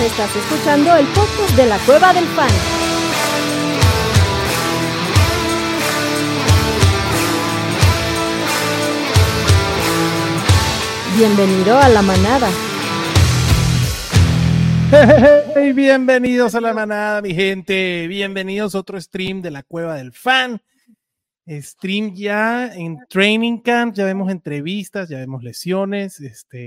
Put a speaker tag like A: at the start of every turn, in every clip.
A: Estás escuchando el podcast de la Cueva del Fan. Bienvenido a la manada.
B: Hey, bienvenidos a la manada, mi gente. Bienvenidos a otro stream de la Cueva del Fan. Stream ya en Training Camp, ya vemos entrevistas, ya vemos lesiones,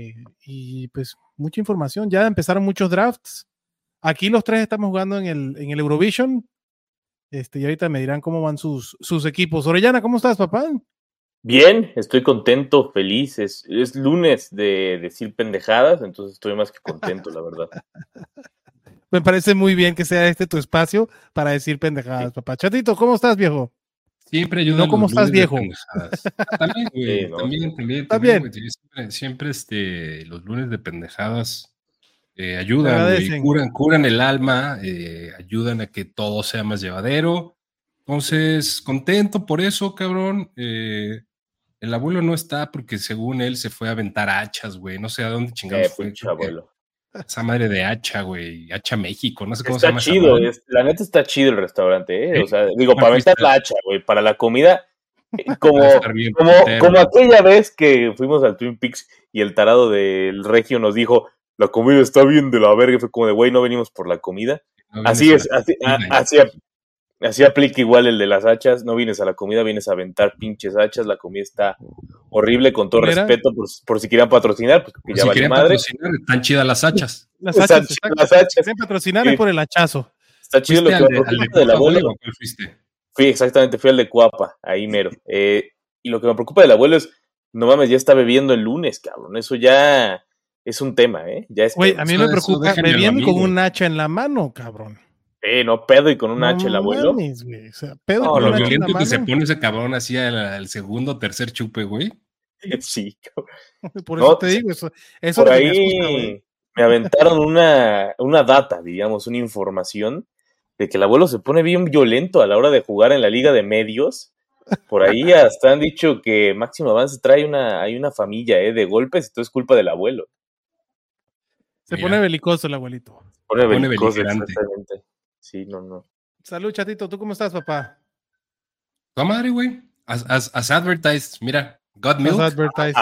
B: y pues mucha información. Ya empezaron muchos drafts. Aquí los tres estamos jugando en el Eurovision. Y ahorita me dirán cómo van sus equipos. Orellana, ¿cómo estás, papá?
C: Bien, estoy contento, feliz. Es lunes de decir pendejadas, entonces estoy más que contento, la verdad.
B: Me parece muy bien que sea tu espacio para decir pendejadas, papá. Chatito, ¿cómo estás, viejo?
D: Siempre ayudan.
B: No, ¿cómo estás, viejo?
D: También, güey.
B: Sí, ¿no?
D: También, güey. Siempre los lunes de pendejadas ayudan, güey. Curan el alma, ayudan a que todo sea más llevadero. Entonces, contento por eso, cabrón. El abuelo no está porque según él se fue a aventar hachas, güey. No sé a dónde chingados fue.
C: Abuelo.
D: Esa madre de hacha, güey. Hacha México, no sé cómo
C: está
D: se llama.
C: Está chido, la neta está chido el restaurante, ¿eh? O sea, digo, para aventar la hacha, güey, para la comida, como aquella vez que fuimos al Twin Peaks y el tarado del Regio nos dijo, la comida está bien de la verga, y fue como de, güey, no venimos por la comida. No así es, así aplica igual el de las hachas, no vienes a la comida, vienes a aventar pinches hachas, la comida está horrible, con todo respeto, por si quieran patrocinar, pues que ya
D: si
C: vale madre.
D: Están chidas las hachas.
B: Las hachas. Quieren patrocinar sí. Por el hachazo.
C: Está chido lo que me preocupa del abuelo. Fui al de Cuapa, ahí mero. Y lo que me preocupa del abuelo es, no mames, ya está bebiendo el lunes, cabrón, eso ya es un tema, ¿eh?
B: Güey, a mí me preocupa bebiendo con un hacha en la mano, cabrón.
C: No, pedo y con un hacha el abuelo.
B: Mames, güey. O sea, pedo
D: con un hacha en la mano. Que se pone ese cabrón así al segundo o tercer chupe, güey.
C: Sí, cabrón.
B: Por eso te digo, eso
C: por ahí me aventaron una data, digamos, una información de que el abuelo se pone bien violento a la hora de jugar en la liga de medios. Por ahí hasta han dicho que Máximo Avance hay una familia de golpes y todo es culpa del abuelo.
B: Se pone belicoso el abuelito.
C: Se pone belicoso, exactamente. Sí, no.
B: Salud, Chatito. ¿Tú cómo estás, papá?
D: Tu madre, güey. As advertised. Mira, got milk.
B: As advertised.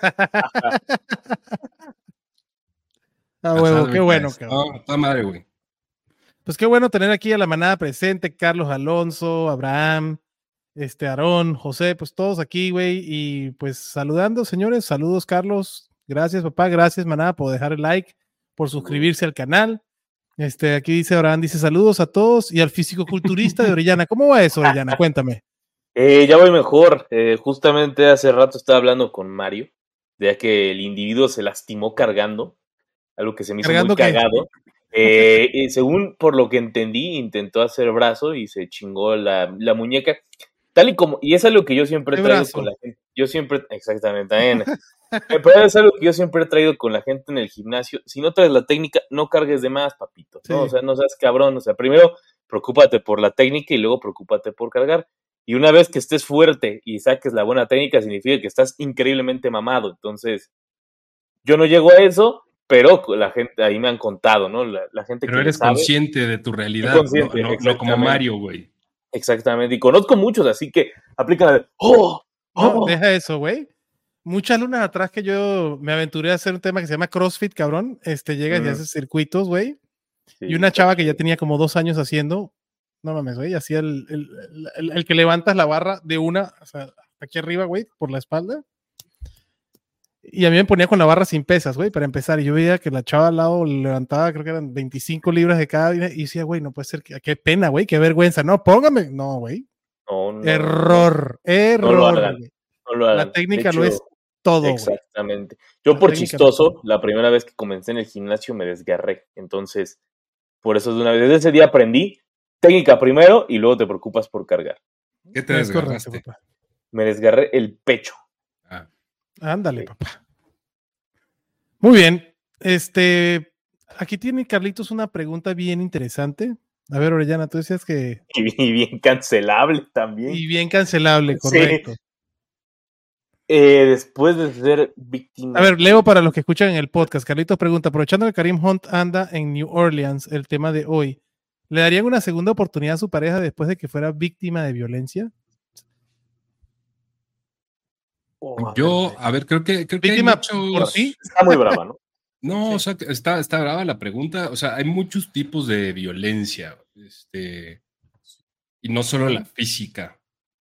B: Huevo, qué bueno, cabrón.
D: Tu madre, güey.
B: Pues qué bueno tener aquí a la manada presente. Carlos Alonso, Abraham, Aarón, José, pues todos aquí, güey. Y pues saludando, señores. Saludos, Carlos. Gracias, papá. Gracias, manada, por dejar el like, por suscribirse al canal. Aquí dice Abraham, dice saludos a todos y al fisicoculturista de Orellana. ¿Cómo va eso, Orellana? Cuéntame.
C: Ya voy mejor. Justamente hace rato estaba hablando con Mario, ya que el individuo se lastimó cargando, algo que se me hizo muy cagado. Según por lo que entendí, intentó hacer brazo y se chingó la muñeca. Tal y como, y es algo que yo siempre he traído con la gente. Exactamente. Pero es algo que yo siempre he traído con la gente en el gimnasio. Si no traes la técnica, no cargues de más, papito. ¿No? Sí. O sea, no seas cabrón. O sea, primero preocúpate por la técnica y luego preocúpate por cargar. Y una vez que estés fuerte y saques la buena técnica, significa que estás increíblemente mamado. Entonces, yo no llego a eso, pero la gente ahí me han contado, ¿no? La gente
D: pero
C: que
D: eres
C: sabe,
D: consciente de tu realidad, no como Mario, güey.
C: Exactamente. Y conozco muchos, así que aplican
B: No, deja eso, güey. Muchas lunas atrás que yo me aventuré a hacer un tema que se llama CrossFit, cabrón. Llegas y haces circuitos, güey. Sí, y una chava que ya tenía como 2 años haciendo, no mames, güey, hacía el que levantas la barra de una, o sea, aquí arriba, güey, por la espalda. Y a mí me ponía con la barra sin pesas, güey, para empezar. Y yo veía que la chava al lado levantaba, creo que eran 25 libras de cada. Y decía, güey, no puede ser, qué pena, güey, qué vergüenza. No, póngame. No, güey.
C: No,
B: error.
C: No lo hagan.
B: La técnica lo es todo.
C: Exactamente. Yo por chistoso, la primera vez que comencé en el gimnasio me desgarré. Entonces, por eso de una vez, desde ese día aprendí técnica primero y luego te preocupas por cargar.
D: ¿Qué te desgarraste?
B: Papá.
C: Me desgarré el pecho.
B: Ándale, sí. Papá. Muy bien. Aquí tiene Carlitos una pregunta bien interesante. A ver, Orellana, tú decías que...
C: Y bien cancelable también.
B: Y bien cancelable, correcto. Sí.
C: Después de ser víctima.
B: A ver, leo para los que escuchan en el podcast. Carlitos pregunta, aprovechando que Kareem Hunt anda en New Orleans, el tema de hoy, ¿le darían una segunda oportunidad a su pareja después de que fuera víctima de violencia?
D: Yo, a ver, creo que
B: víctima
D: hay muchos...
B: por sí.
C: Está muy brava, ¿no?
D: No, sí. O sea, está brava la pregunta. O sea, hay muchos tipos de violencia, y no solo la física.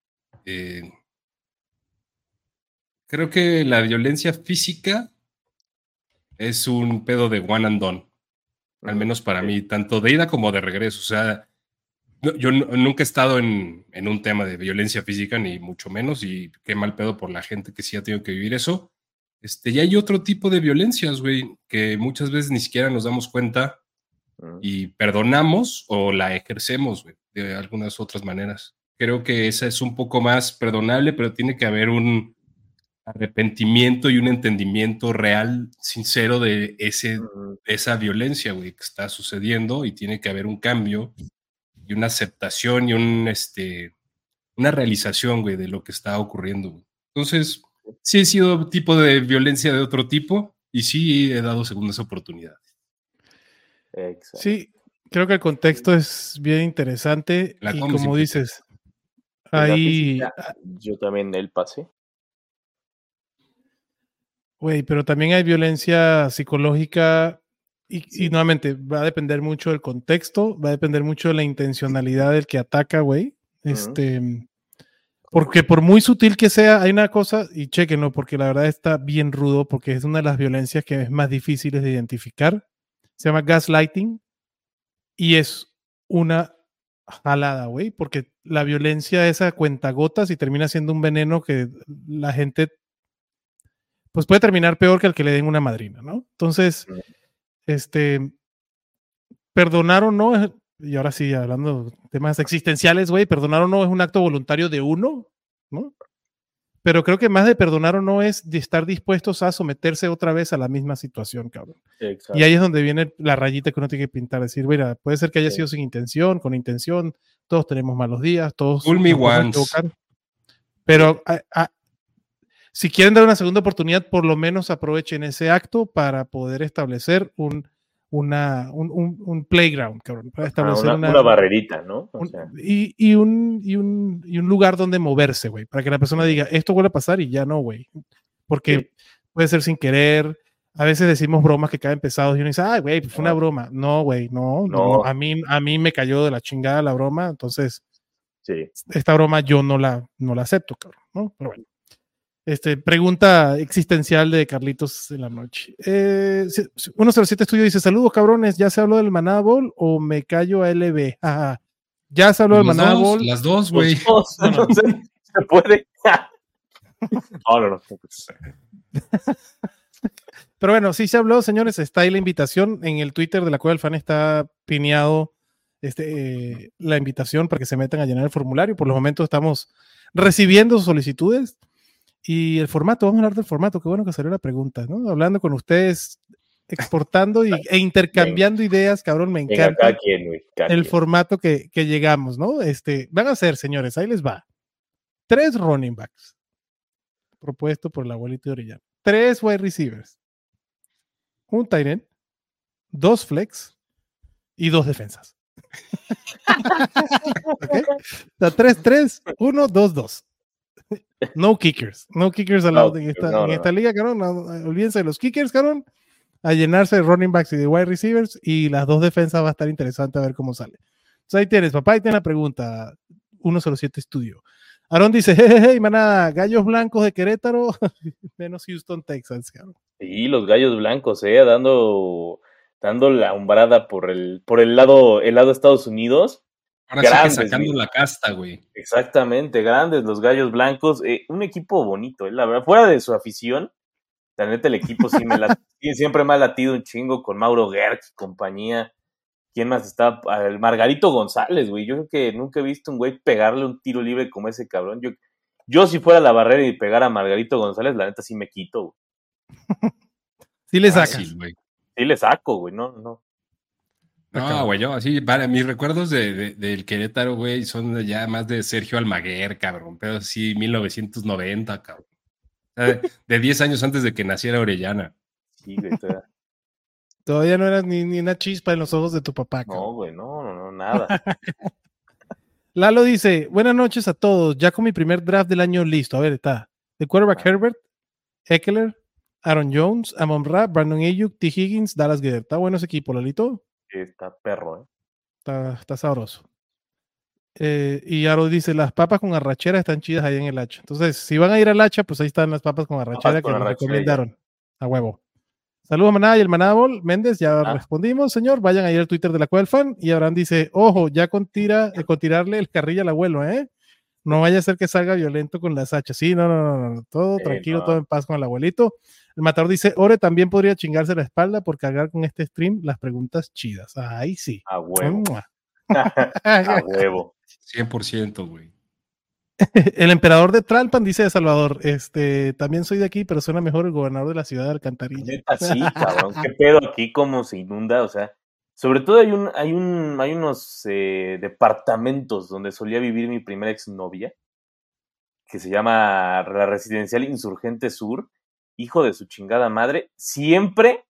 D: Creo que la violencia física es un pedo de one and done, al menos para mí, tanto de ida como de regreso. O sea, yo nunca he estado en un tema de violencia física, ni mucho menos, y qué mal pedo por la gente que sí ha tenido que vivir eso. Y hay otro tipo de violencias, güey, que muchas veces ni siquiera nos damos cuenta y perdonamos o la ejercemos, güey, de algunas otras maneras. Creo que esa es un poco más perdonable, pero tiene que haber un arrepentimiento y un entendimiento real, sincero de esa violencia, güey, que está sucediendo, y tiene que haber un cambio y una aceptación y una realización, güey, de lo que está ocurriendo, güey. Entonces, sí he sido tipo de violencia de otro tipo y sí he dado segundas oportunidades.
C: Exacto.
B: Sí, creo que el contexto es bien interesante y como dices, ahí...
C: Yo también el pasé.
B: Güey, pero también hay violencia psicológica y nuevamente va a depender mucho del contexto, va a depender mucho de la intencionalidad del que ataca, güey. Porque por muy sutil que sea, hay una cosa, y chéquenlo, porque la verdad está bien rudo, porque es una de las violencias que es más difíciles de identificar. Se llama gaslighting y es una jalada, güey, porque la violencia es a cuentagotas y termina siendo un veneno que la gente pues puede terminar peor que al que le den una madrina, ¿no? Entonces, perdonar o no, y ahora sí, hablando de temas existenciales, güey, perdonar o no es un acto voluntario de uno, ¿no? Pero creo que más de perdonar o no es de estar dispuestos a someterse otra vez a la misma situación, cabrón. Exacto. Y ahí es donde viene la rayita que uno tiene que pintar, decir, mira, puede ser que haya sido sin intención, con intención, todos tenemos malos días, todos
D: nos podemos equivocar,
B: pero si quieren dar una segunda oportunidad, por lo menos aprovechen ese acto para poder establecer un playground, cabrón, para establecer
C: una barrerita, ¿no?
B: Y un lugar donde moverse, güey, para que la persona diga, esto vuelve a pasar y ya no, güey. Porque puede ser sin querer. A veces decimos bromas que caen pesados y uno dice, ay, güey, pues fue una broma. No, güey, no. A mí me cayó de la chingada la broma, entonces esta broma yo no la acepto, cabrón, ¿no? Pero bueno. Pregunta existencial de Carlitos en la noche. 107 Estudio dice, saludos cabrones, ¿ya se habló del Manada Bowl o me callo a LB? Ajá. Ya se habló del Manada Bowl.
D: Las dos, güey.
C: No sé, se puede. No.
B: Pero bueno, sí se habló, señores, está ahí la invitación. En el Twitter de la Cueva del Fan está pineado la invitación para que se metan a llenar el formulario. Por los momentos estamos recibiendo solicitudes. Y el formato, vamos a hablar del formato, qué bueno que salió la pregunta, ¿no? Hablando con ustedes, exportando e intercambiando ideas, cabrón, me encanta el formato que llegamos, ¿no? Van a ser, señores, ahí les va. 3 running backs, propuesto por el abuelito de Orellana. 3 wide receivers, un tight end, 2 flex y 2 defensas. ¿Okay? O sea, 3-3, 1-2-2. No kickers allowed en esta liga, cabrón. Olvídense de los kickers, cabrón. A llenarse de running backs y de wide receivers, y las 2 defensas va a estar interesante a ver cómo sale. Entonces ahí tienes, papá, ahí tiene la pregunta. 107 Estudio. Aarón dice, hey, manada, gallos blancos de Querétaro, menos Houston, Texas, cabrón.
C: Sí, los gallos blancos, dando la umbrada por el lado de Estados Unidos.
D: Ahora grandes, sí que sacando la casta, güey.
C: Exactamente, grandes los gallos blancos. Un equipo bonito, la verdad. Fuera de su afición, la neta el equipo sí siempre me ha latido un chingo con Mauro Gerg y compañía. ¿Quién más está? El Margarito González, güey. Yo creo que nunca he visto un güey pegarle un tiro libre como ese cabrón. Yo si fuera a la barrera y pegara a Margarito González, la neta sí me quito, güey.
B: Sí le sacas.
C: Güey. Sí le saco, güey. No.
D: No, güey, yo así, mis recuerdos del Querétaro, güey, son ya más de Sergio Almaguer, cabrón, pero sí, 1990, cabrón. O De 10 años antes de que naciera Orellana.
C: Sí, güey.
B: Todavía no eras ni una chispa en los ojos de tu papá.
C: No, güey, no, nada.
B: Lalo dice, buenas noches a todos, ya con mi primer draft del año listo. A ver, está. De quarterback Herbert, Eckler, Aaron Jones, Amon-Ra, Brandon Ayuk, T. Higgins, Dallas Goedert. Está bueno ese equipo, Lalito.
C: Está perro,
B: Está sabroso. Y Aro dice, las papas con arrachera están chidas ahí en el hacha. Entonces, si van a ir al hacha, pues ahí están las papas con arrachera que nos recomendaron. A huevo. Saludos, Manada y el Manada Ball. Méndez, ya respondimos, señor. Vayan a ir al Twitter de la Cueva del Fan. Y Abraham dice, ojo, ya con tirarle el carrilla al abuelo, ¿eh? No vaya a ser que salga violento con las hachas. Sí, no. Todo tranquilo, todo en paz con el abuelito. El Matador dice, Ore también podría chingarse la espalda por cargar con este stream las preguntas chidas. Ahí sí.
C: A huevo. A huevo.
D: 100%, güey.
B: El emperador de Tralpan dice de Salvador, también soy de aquí, pero suena mejor el gobernador de la ciudad de Alcantarilla.
C: Sí, cabrón, qué pedo aquí, cómo se inunda, o sea, sobre todo hay unos departamentos donde solía vivir mi primera exnovia, que se llama la Residencial Insurgente Sur, hijo de su chingada madre, siempre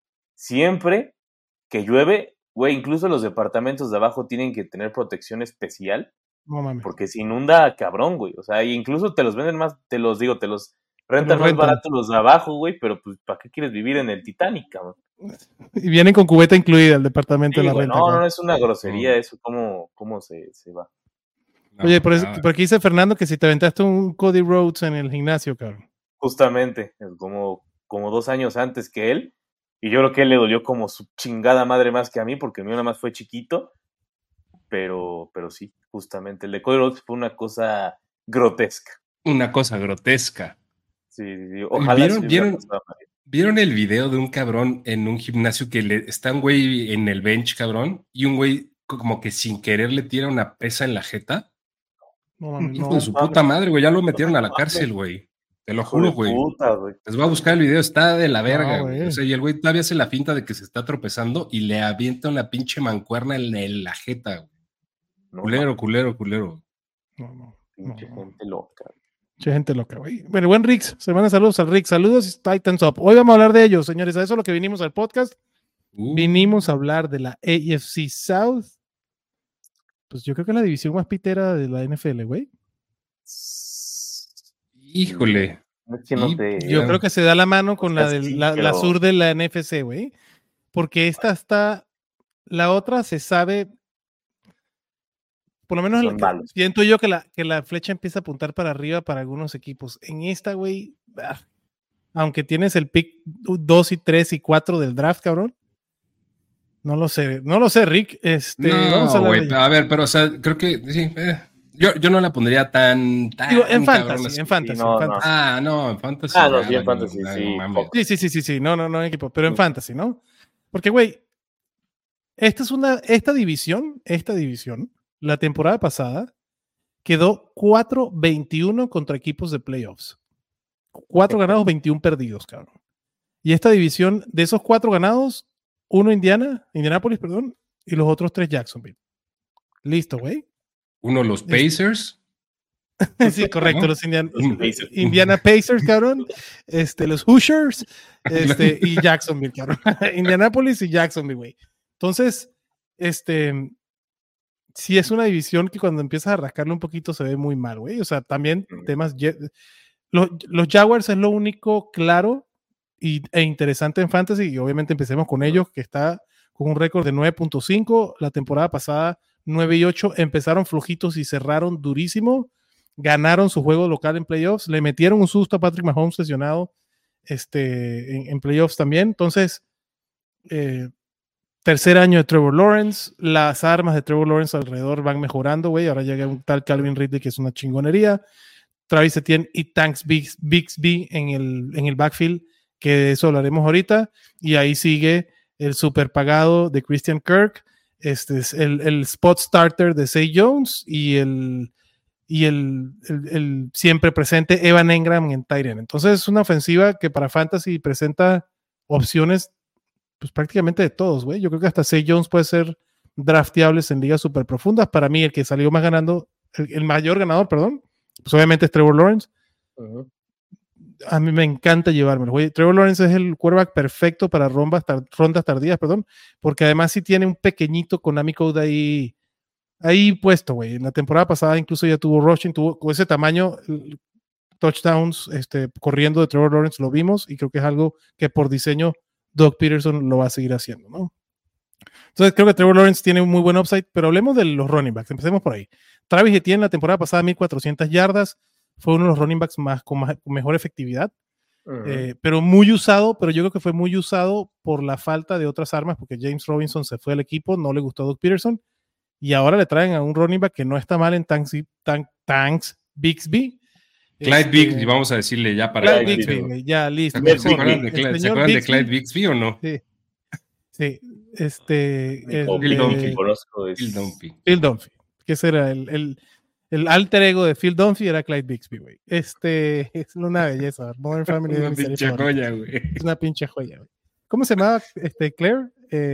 C: que llueve, güey, incluso los departamentos de abajo tienen que tener protección especial.
B: No mames.
C: Porque se inunda cabrón, güey. O sea, incluso te los venden más, te los rentan más barato los de abajo, güey, pero pues, ¿para qué quieres vivir en el Titanic, cabrón?
B: Y vienen con cubeta incluida el departamento de la renta.
C: No, es una grosería eso, ¿cómo se va?
B: No, oye, por aquí dice Fernando que si te aventaste un Cody Rhodes en el gimnasio, cabrón.
C: Justamente, como 2 años antes que él, y yo creo que él le dolió como su chingada madre más que a mí, porque el mío nada más fue chiquito. Pero sí, justamente. El de Cody Rhodes fue una cosa grotesca.
D: Una cosa grotesca.
C: Sí. Ojalá
D: ¿Vieron el video de un cabrón en un gimnasio que está un güey en el bench, cabrón? Y un güey como que sin querer le tira una pesa en la jeta. Hijo de su puta madre, güey. Ya lo metieron a la cárcel, güey. Te lo juro, güey. Les voy a buscar el video, está de la verga, güey. O sea, y el güey todavía hace la finta de que se está tropezando y le avienta una pinche mancuerna en la jeta, güey. Culero.
C: Pinche gente loca.
B: Mucha gente loca, güey. Bueno, buen Rix. Se mandan saludos al Rix. Saludos, Titans Up. Hoy vamos a hablar de ellos, señores. A eso es lo que vinimos al podcast. Vinimos a hablar de la AFC South. Pues yo creo que es la división más pitera de la NFL, güey.
D: Híjole.
B: Yo creo que se da la mano con la sur de la NFC, güey. Porque esta está. La otra se sabe. Por lo menos siento yo que la flecha empieza a apuntar para arriba para algunos equipos. En esta, güey, aunque tienes el pick 2 y 3 y 4 del draft, cabrón. No lo sé, Rick.
D: Vamos a ver, pero o sea, creo que sí. Yo no la pondría tan
B: digo, en fantasy, en fantasy.
C: No.
D: En fantasy.
C: Sí, en fantasy, sí.
B: Sí, no en equipo, pero en fantasy, ¿no? Porque, güey, esta división, la temporada pasada, quedó 4-21 contra equipos de playoffs. 4 ganados, 21 perdidos, cabrón. Y esta división, de esos 4 ganados, 1 Indianapolis, y los otros 3 Jacksonville. Listo, güey.
D: Uno los Pacers.
B: Sí, correcto, los Indiana Pacers, cabrón. Los Hoosiers, y Jacksonville, cabrón. Indianapolis y Jacksonville, güey. Entonces, sí es una división que cuando empiezas a rascarle un poquito se ve muy mal, güey. O sea, también temas... Los Jaguars es lo único claro e interesante en fantasy, y obviamente empecemos con ellos, que está con un récord de 9.5. La temporada pasada 9-8, empezaron flojitos y cerraron durísimo. Ganaron su juego local en playoffs, le metieron un susto a Patrick Mahomes lesionado en playoffs también. Entonces, tercer año de Trevor Lawrence, las armas de Trevor Lawrence alrededor van mejorando, güey. Ahora llega un tal Calvin Ridley que es una chingonería. Travis Etienne y Tanks Bixby en el backfield, que de eso hablaremos ahorita. Y ahí sigue el super pagado de Christian Kirk, es el spot starter de Zay Jones y el siempre presente Evan Engram en tight end. Entonces es una ofensiva que para fantasy presenta opciones pues prácticamente de todos, güey. Yo creo que hasta Zay Jones puede ser drafteables en ligas súper profundas. Para mí el que salió más ganando, el mayor ganador, perdón, pues obviamente es Trevor Lawrence. a mí me encanta llevármelo, güey. Trevor Lawrence es el quarterback perfecto para rondas tardías, porque además sí tiene un pequeñito Konami Code ahí puesto, güey. En la temporada pasada incluso ya tuvo rushing, tuvo con ese tamaño, touchdowns corriendo de Trevor Lawrence, lo vimos, y creo que es algo que por diseño Doug Peterson lo va a seguir haciendo, ¿no? Entonces creo que Trevor Lawrence tiene un muy buen upside, pero hablemos de los running backs, empecemos por ahí. Travis Etienne la temporada pasada 1,400 yardas, fue uno de los running backs con mejor efectividad, pero muy usado, pero yo creo que fue muy usado por la falta de otras armas, porque James Robinson se fue al equipo, no le gustó a Doug Peterson, y ahora le traen a un running back que no está mal en Tanks Bixby.
D: Clyde Bixby, vamos a decirle ya para...
B: Clyde Bixby, ya listo.
D: ¿Se acuerdan de Clyde Bixby o no?
B: Sí.
C: Phil Dunphy, conozco.
B: Phil Dunphy, que ese era el alter ego de Phil Dunphy, era Clyde Bixby, güey. Es una belleza. Modern Family
D: es una pinche joya, güey.
B: Es una pinche joya, güey. ¿Cómo se llamaba Claire?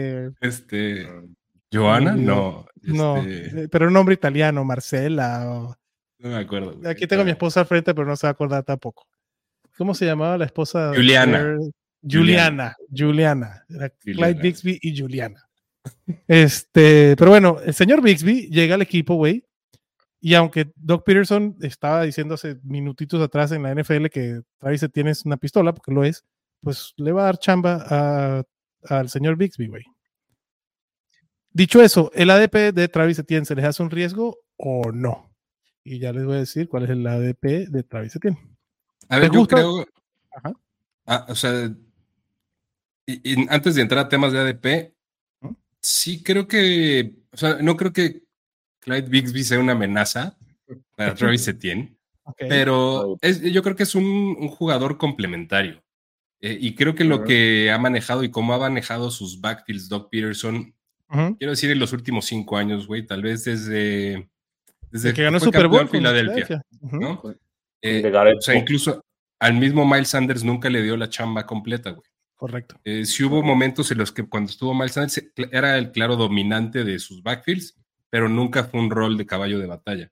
D: Joana, no.
B: Pero un nombre italiano, Marcela.
D: No me acuerdo, güey.
B: Aquí tengo a mi esposa al frente, pero no se va a acordar tampoco. ¿Cómo se llamaba la esposa?
D: Juliana.
B: Juliana. Era Clyde Bixby y Juliana. Pero bueno, el señor Bixby llega al equipo, güey. Y aunque Doug Peterson estaba diciendo hace minutitos atrás en la NFL que Travis Etienne es una pistola, porque lo es, pues le va a dar chamba al señor Bixby, güey. Dicho eso, ¿el ADP de Travis Etienne se les hace un riesgo o no? Y ya les voy a decir cuál es el ADP de Travis Etienne.
D: A ver, yo creo... o sea, y antes de entrar a temas de ADP, sí creo que... O sea, no creo que Clyde Bixby sea una amenaza para Travis Etienne, pero yo creo que es un jugador complementario. Y creo que lo que ha manejado y cómo ha manejado sus backfields Doug Peterson, quiero decir en los últimos 5 años, güey, tal vez desde
B: que ganó Super Bowl
D: en Filadelfia, ¿no? O sea, incluso al mismo Miles Sanders nunca le dio la chamba completa, güey.
B: Correcto.
D: Sí hubo momentos en los que cuando estuvo Miles Sanders era el claro dominante de sus backfields, pero nunca fue un rol de caballo de batalla.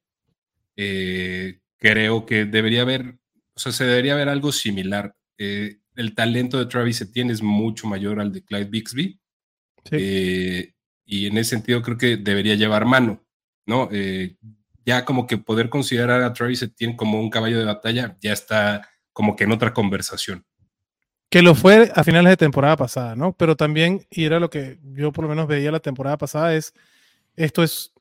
D: Creo que debería haber, o sea, se debería ver algo similar. El talento de Travis Etienne es mucho mayor al de Clyde Bixby. Sí. Y en ese sentido creo que debería llevar mano, ¿no? Ya como que poder considerar a Travis Etienne como un caballo de batalla ya está como que en otra conversación.
B: Que lo fue a finales de temporada pasada, ¿no? Pero también, y era lo que yo por lo menos veía la temporada pasada, esto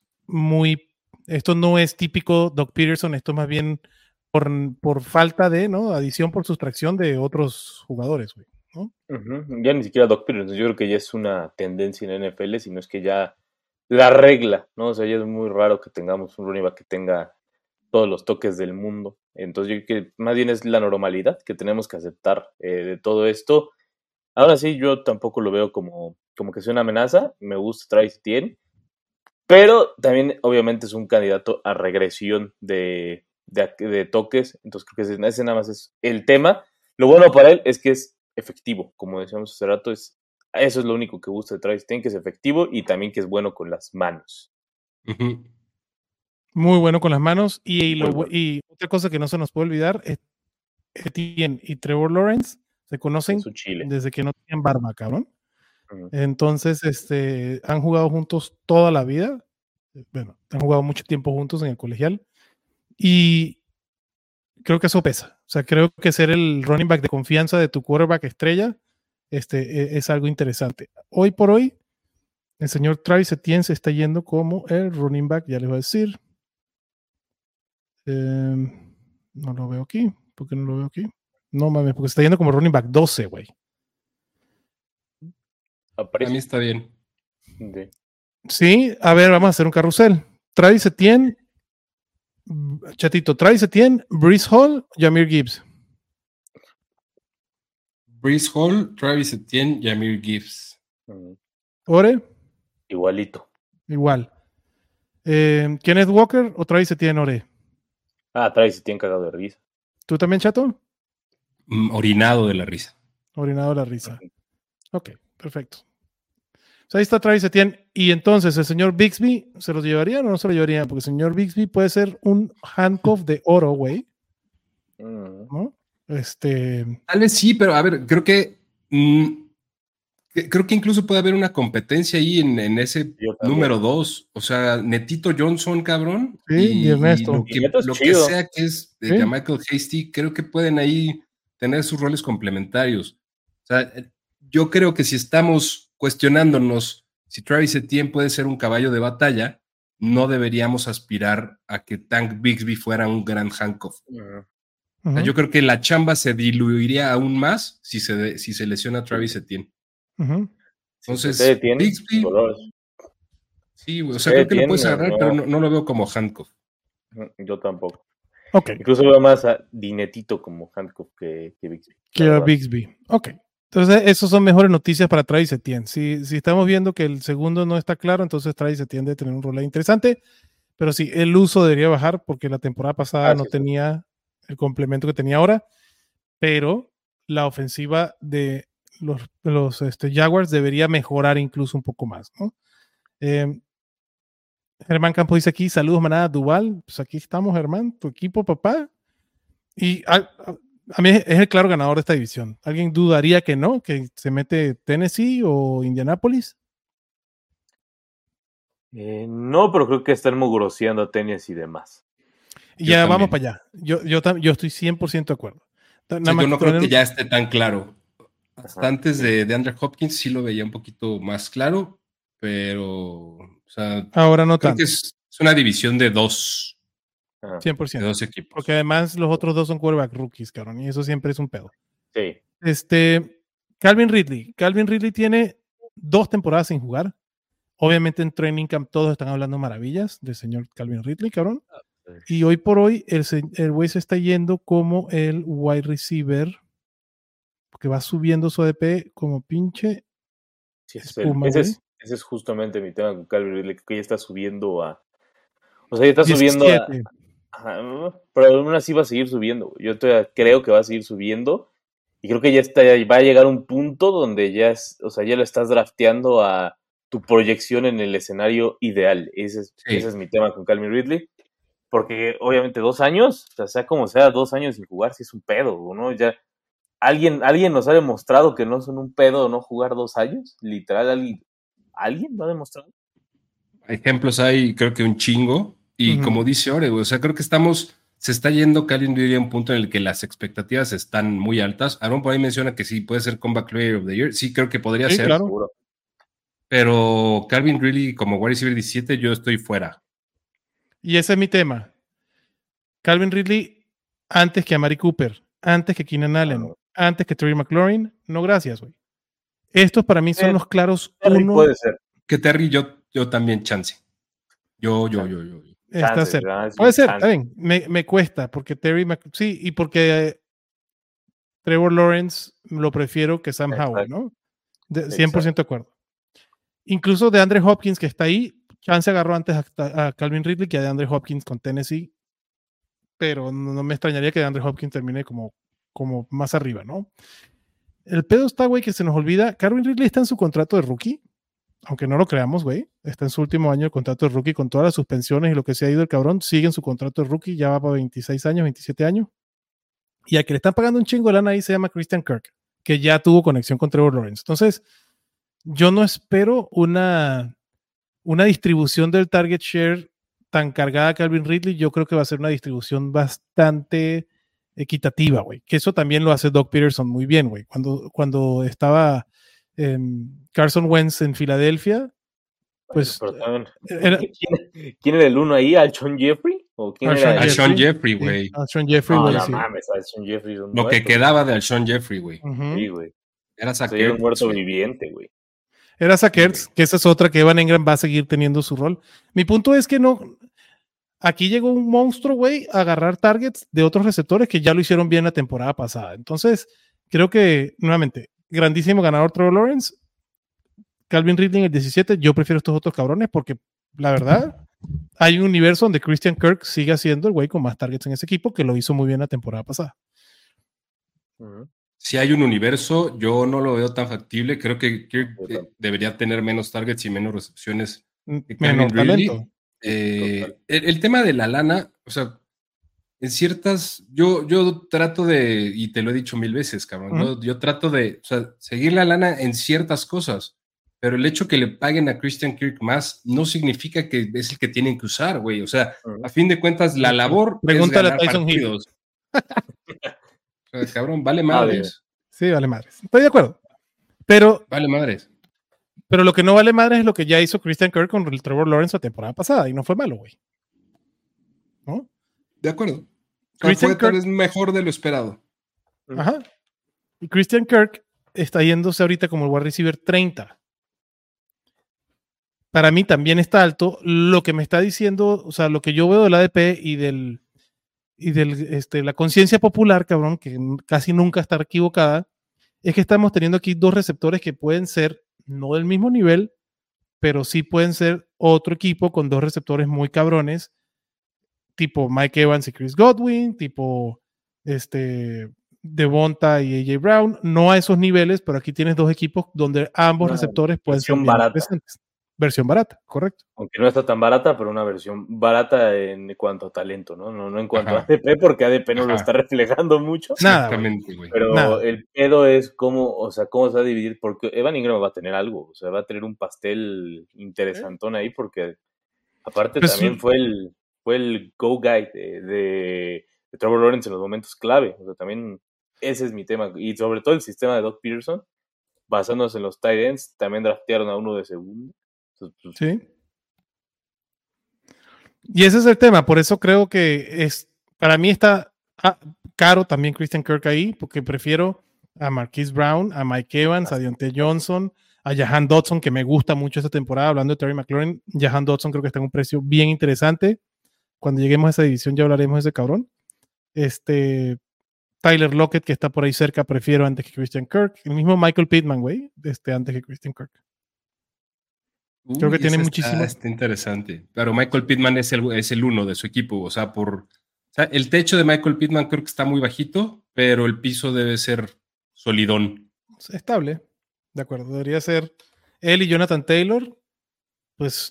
B: no es típico Doug Peterson, esto más bien por falta de, ¿no? Adición por sustracción de otros jugadores, güey, ¿no?
C: Ya ni siquiera Doug Peterson, yo creo que ya es una tendencia en NFL, sino es que ya la regla, ¿no? O sea, ya es muy raro que tengamos un running back que tenga todos los toques del mundo. Entonces yo creo que más bien es la normalidad que tenemos que aceptar de todo esto. Ahora sí, yo tampoco lo veo como que sea una amenaza. Me gusta Travis Etienne, pero también obviamente es un candidato a regresión de toques. Entonces creo que ese nada más es el tema. Lo bueno para él es que es efectivo, como decíamos hace rato, eso es lo único que gusta de Travis Etienne, que es efectivo y también que es bueno con las manos.
B: Muy bueno con las manos. Y otra cosa que no se nos puede olvidar es Etienne y Trevor Lawrence se conocen desde que no tenían barba, cabrón. Entonces, han jugado juntos toda la vida. Bueno, han jugado mucho tiempo juntos en el colegial. Y creo que eso pesa. O sea, creo que ser el running back de confianza de tu quarterback estrella es algo interesante. Hoy por hoy, el señor Travis Etienne se está yendo como el running back, ya les voy a decir. No lo veo aquí. ¿Por qué no lo veo aquí? No mames, porque se está yendo como running back 12, güey.
D: A mí está bien.
B: Sí, a ver, vamos a hacer un carrusel. Travis Etienne, chatito, Travis Etienne, Breece Hall, Jahmyr Gibbs.
D: Breece Hall, Travis Etienne, Jahmyr Gibbs.
B: ¿Ore?
C: Igualito.
B: Igual. ¿Kenneth Walker o Travis Etienne, Ore?
C: Travis Etienne cagado de risa.
B: ¿Tú también, chato?
D: Orinado de la risa.
B: Orinado de la risa. Ok, perfecto. O sea, ahí está Travis Etienne. Y entonces, ¿el señor Bixby se lo llevarían o no se lo llevarían? Porque el señor Bixby puede ser un handcuff de oro, güey. ¿No?
D: Tal vez sí, pero a ver, creo que incluso puede haber una competencia ahí en ese número 2. O sea, Netito Johnson, cabrón.
B: Sí, y
D: lo que sea que es de Michael Hasty, creo que pueden ahí tener sus roles complementarios. O sea, yo creo que si estamos cuestionándonos si Travis Etienne puede ser un caballo de batalla, no deberíamos aspirar a que Tank Bigsby fuera un gran handcuff. O sea, yo creo que la chamba se diluiría aún más si se lesiona a Travis Etienne. Entonces, Bigsby, sí, o sea, creo que lo puedes agarrar, pero no lo veo como handcuff.
C: Yo tampoco.
B: Okay.
C: Incluso veo más a Dinetito como handcuff que Bigsby.
B: Que a Bigsby. Ok. Entonces, esas son mejores noticias para Travis Etienne. Si estamos viendo que el segundo no está claro, entonces Travis Etienne debe tener un rol interesante. Pero sí, el uso debería bajar porque la temporada pasada no tenía el complemento que tenía ahora. Pero la ofensiva de los Jaguars debería mejorar incluso un poco más, ¿no? Germán Campos dice aquí, saludos manada Duval, pues aquí estamos Germán, tu equipo papá, y a mí es el claro ganador de esta división. ¿Alguien dudaría que no? ¿Que se mete Tennessee o Indianapolis?
C: No, pero creo que están mugroseando a Tennessee y demás.
B: Y ya vamos para allá. Yo estoy 100% de acuerdo.
D: Yo no creo que ya esté tan claro. Hasta antes de Andrew Hopkins sí lo veía un poquito más claro, pero o sea,
B: ahora no
D: creo
B: tanto.
D: Que es una división de 2.
B: 100%.
D: De 2 equipos.
B: Porque además los otros 2 son quarterback rookies, cabrón, y eso siempre es un pedo.
C: Sí.
B: Calvin Ridley tiene 2 temporadas sin jugar. Obviamente en training camp todos están hablando maravillas del señor Calvin Ridley, cabrón. Y hoy por hoy el güey se está yendo como el wide receiver, porque va subiendo su ADP como pinche
C: espuma, ese es justamente mi tema con Calvin Ridley, que ya está subiendo a... O sea, ya está 17. Subiendo a... pero aún así va a seguir subiendo. Yo creo que va a seguir subiendo. Y creo que va a llegar un punto donde ya lo estás drafteando a tu proyección en el escenario ideal. Ese es mi tema con Calvin Ridley. Porque obviamente 2 años, o sea como sea, 2 años sin jugar, sí es un pedo, ¿no? Ya alguien nos ha demostrado que no son un pedo no jugar 2 años. Literal, ¿alguien lo ha demostrado?
D: Ejemplos hay, creo que un chingo. Y como dice Ore, o sea, creo que se está yendo Calvin Ridley a un punto en el que las expectativas están muy altas. Aaron por ahí menciona que sí puede ser Comeback Player of the Year. Sí, creo que podría ser.
B: Claro.
D: Pero Calvin Ridley como wide receiver 17, yo estoy fuera.
B: Y ese es mi tema. Calvin Ridley antes que Amari Cooper, antes que Keenan Allen, antes que Terry McLaurin. No, gracias, güey. Estos para mí son los claros.
C: Terry puede ser.
D: Que Terry, yo también chance. Yo.
B: Está cerca. Puede ser, está bien. Me cuesta, porque Terry, sí, y porque Trevor Lawrence lo prefiero que Sam Howell, ¿no? 100% de acuerdo. Incluso de Andre Hopkins, que está ahí, chance agarró antes a Calvin Ridley que a de Andre Hopkins con Tennessee, pero no me extrañaría que de Andre Hopkins termine como más arriba, ¿no? El pedo está, güey, que se nos olvida. Calvin Ridley está en su contrato de rookie, aunque no lo creamos, güey. Está en su último año de contrato de rookie con todas las suspensiones y lo que se ha ido el cabrón. Sigue en su contrato de rookie, ya va para 26 años, 27 años. Y al que le están pagando un chingo de lana ahí se llama Christian Kirk, que ya tuvo conexión con Trevor Lawrence. Entonces, yo no espero una distribución del target share tan cargada a Calvin Ridley. Yo creo que va a ser una distribución bastante equitativa, güey. Que eso también lo hace Doug Peterson muy bien, güey. Cuando estaba Carson Wentz en Filadelfia, pues...
C: ¿Quién era el uno ahí? ¿Alshon Jeffrey? ¿O quién era?
D: Alshon Jeffrey, güey.
B: Alshon Jeffrey, güey.
C: No mames, Alshon Jeffrey.
D: Lo que quedaba de Alshon Jeffrey, güey.
C: Sí, güey.
D: Era Zach
C: Ertz. Un muerto viviente, güey.
B: Era Zach Ertz, que esa es otra que Evan Engram va a seguir teniendo su rol. Mi punto es que no... Aquí llegó un monstruo, güey, a agarrar targets de otros receptores que ya lo hicieron bien la temporada pasada. Entonces, creo que, nuevamente, grandísimo ganador Trevor Lawrence. Calvin Ridley en el 17. Yo prefiero estos otros cabrones porque, la verdad, hay un universo donde Christian Kirk sigue siendo el güey con más targets en ese equipo que lo hizo muy bien la temporada pasada.
D: Si hay un universo, yo no lo veo tan factible. Creo que Kirk debería tener menos targets y menos recepciones que Calvin Ridley. El tema de la lana, o sea, en ciertas, yo trato de, y te lo he dicho 1000 veces, cabrón, yo trato de, o sea, seguir la lana en ciertas cosas, pero el hecho que le paguen a Christian Kirk más no significa que es el que tienen que usar, güey. O sea, a fin de cuentas, la labor
B: Pregúntale
D: es ganar
B: a Tyson
D: partidos. O sea, cabrón, vale madres.
B: Sí, vale madres. Estoy de acuerdo. Pero
D: vale madres.
B: Pero lo que no vale madres es lo que ya hizo Christian Kirk con el Trevor Lawrence la temporada pasada, y no fue malo, güey. ¿No?
D: De acuerdo. Christian Kirk es mejor de lo esperado.
B: Ajá. Y Christian Kirk está yéndose ahorita como el wide receiver 30. Para mí también está alto. Lo que me está diciendo, o sea, lo que yo veo del ADP y del la conciencia popular, cabrón, que casi nunca está equivocada, es que estamos teniendo aquí dos receptores que pueden ser no del mismo nivel, pero sí pueden ser otro equipo con dos receptores muy cabrones, tipo Mike Evans y Chris Godwin, tipo Devonta y AJ Brown, no a esos niveles, pero aquí tienes dos equipos donde ambos receptores pueden ser bien interesantes. Versión barata, correcto.
C: Aunque no está tan barata, pero una versión barata en cuanto a talento, ¿no? No en cuanto a ADP, porque ADP no lo está reflejando mucho.
D: Exactamente, güey.
C: Pero el pedo es cómo se va a dividir, porque Evan Ingram va a tener algo, o sea, va a tener un pastel interesantón ahí, porque aparte pues también fue el go guy de Trevor Lawrence en los momentos clave, o sea, también ese es mi tema, y sobre todo el sistema de Doug Peterson, basándose en los tight ends, también draftearon a uno de segundo.
B: Sí. Y ese es el tema, por eso creo que para mí está caro también Christian Kirk ahí, porque prefiero a Marquise Brown, a Mike Evans, a Diontae Johnson, a Jahan Dotson, que me gusta mucho esta temporada, hablando de Terry McLaurin. Jahan Dotson creo que está en un precio bien interesante. Cuando lleguemos a esa división ya hablaremos de ese cabrón. Tyler Lockett, que está por ahí cerca, prefiero antes que Christian Kirk. El mismo Michael Pittman, güey, antes que Christian Kirk. Creo que tiene muchísimo.
D: Está interesante. Pero Michael Pittman es el uno de su equipo. O sea, el techo de Michael Pittman creo que está muy bajito, pero el piso debe ser solidón.
B: Estable. De acuerdo. Debería ser él y Jonathan Taylor. Pues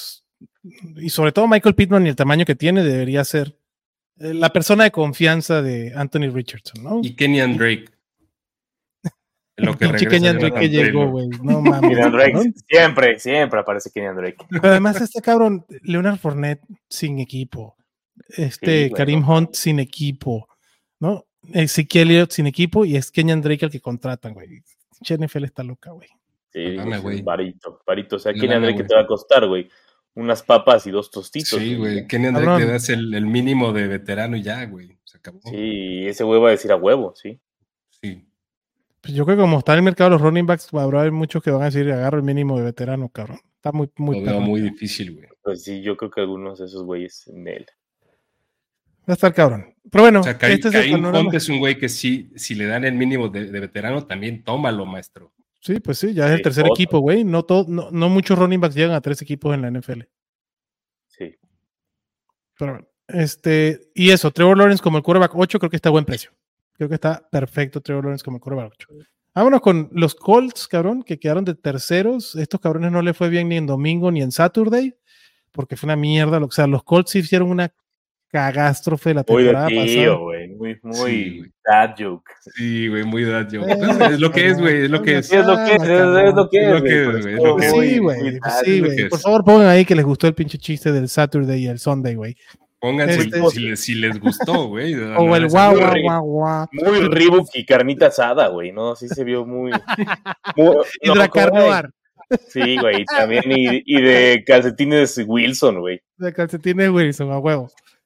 B: y sobre todo Michael Pittman y el tamaño que tiene debería ser la persona de confianza de Anthony Richardson, ¿no?
D: Y Kenyan Drake.
B: Lo que Kenyan Drake llegó, güey. No mames.
C: Kenyan Drake, siempre aparece Kenyan Drake.
B: Pero además cabrón, Leonard Fournette sin equipo. Kareem Hunt sin equipo, ¿no? Ezekiel Elliott sin equipo y es Kenyan Drake el que contratan, güey. NFL está loca, güey.
C: Sí, varito. O sea, Kenyan Drake que te va a costar, güey. Unas papas y 2 tostitos.
D: Sí, güey. Kenyan Drake le das el mínimo de veterano y ya, güey. Se acabó.
C: Sí, ese güey va a decir a huevo, sí.
D: Sí.
B: Pues yo creo que como está en el mercado los running backs, habrá muchos que van a decir agarro el mínimo de veterano, cabrón. Está muy
D: muy difícil, güey.
C: Pues sí, yo creo que algunos de esos güeyes en él.
B: Va a estar cabrón. Pero bueno,
D: o sea, Kareem Hunt es un güey que si le dan el mínimo de veterano, también tómalo, maestro.
B: Sí, pues sí, ya es el tercer equipo, güey. No muchos running backs llegan a 3 equipos en la NFL.
C: Sí.
B: Pero bueno, y eso, Trevor Lawrence como el quarterback 8 creo que está a buen precio. Creo que está perfecto Trevor Lawrence como el quarterback 8. Vámonos con los Colts, cabrón, que quedaron de terceros. Estos cabrones no le fue bien ni en domingo ni en Saturday, porque fue una mierda. O sea, los Colts hicieron una cagástrofe la temporada pasada.
C: Muy dad joke.
D: Sí, güey, muy dad joke. Es lo que es, güey, es lo que es.
C: Es lo que es,
B: Sí, güey. Sí, güey. Por favor, pongan ahí que les gustó el pinche chiste del Saturday y el Sunday, güey.
D: Pónganse si les gustó, güey.
B: O el guau.
C: Muy Reebok y carnita asada, güey, ¿no? Sí se vio muy...
B: y Dracarnoir.
C: Sí, güey, también. Y de calcetines Wilson, güey.
B: De calcetines Wilson, a huevo.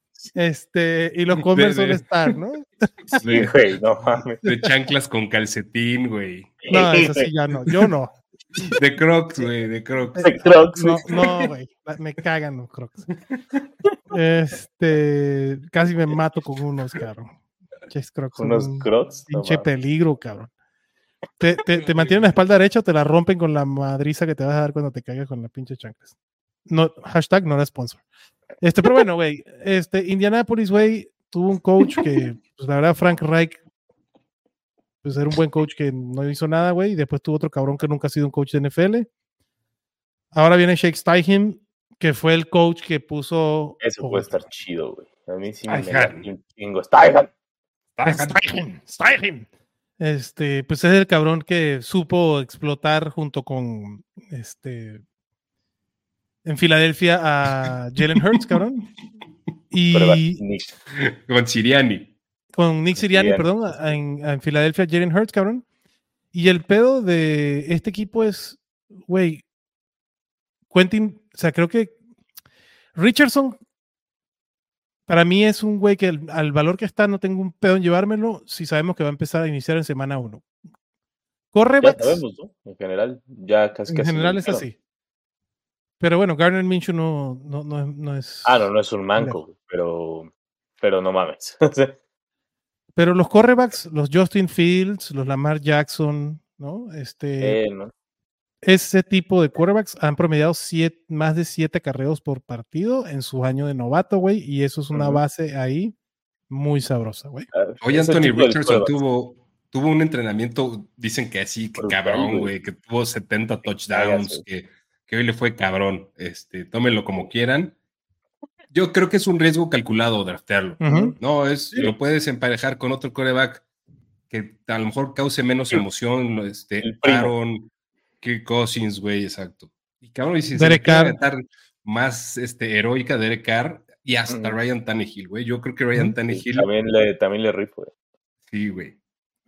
B: Y los Converse All Star, ¿no?
C: Sí, güey, no mames.
D: De chanclas con calcetín, güey.
B: No, eso sí ya no. Yo no.
D: De Crocs, güey, de Crocs.
C: De Crocs.
B: No, güey. Me cagan los Crocs. Casi me mato con unos, cabrón. Crocs.
C: ¿Unos Crocs?
B: Pinche peligro, cabrón. ¿Te mantienen la espalda derecha o te la rompen con la madriza que te vas a dar cuando te caigas con la pinche chanclas? No, hashtag no era sponsor. Pero bueno, güey. Indianapolis, güey, tuvo un coach que, pues la verdad, Frank Reich, pues era un buen coach que no hizo nada, güey. Y después tuvo otro cabrón que nunca ha sido un coach de NFL. Ahora viene Shake Steichen, que fue el coach que puso...
C: Eso puede estar chido, güey. A mí sí
B: me
C: chingo.
B: Steichen. Pues es el cabrón que supo explotar junto con en Filadelfia a Jalen Hurts, cabrón. Y
D: con Sirianni.
B: Con Nick Sirianni, perdón, en Filadelfia, Jalen Hurts, cabrón. Y el pedo de este equipo es, güey, Quentin, o sea, creo que Richardson para mí es un güey que al valor que está no tengo un pedo en llevármelo si sabemos que va a empezar a iniciar en semana 1. Correbacks.
C: Ya sabemos, ¿no? En general, ya casi.
B: En general es así. Pero bueno, Gardner Minshew no es.
C: No es un manco, pero no mames.
B: Pero los correbacks, los Justin Fields, los Lamar Jackson, ¿no?
C: ¿no?
B: Ese tipo de quarterbacks han promediado más de 7 acarreos por partido en su año de novato, güey, y eso es una base ahí muy sabrosa, güey.
D: Hoy Anthony Richardson tuvo un entrenamiento, dicen que así, que cabrón, güey, que tuvo 70 touchdowns, que hoy le fue cabrón. Tómenlo como quieran. Yo creo que es un riesgo calculado draftearlo. No, lo puedes emparejar con otro quarterback que a lo mejor cause menos emoción, Aaron, Kirk Cousins, güey, exacto. Y cabrón, y si se le quiere estar más heroica Derek Carr y hasta Ryan Tannehill, güey. Yo creo que Ryan Tannehill
C: también le rifo, güey.
D: Sí, güey.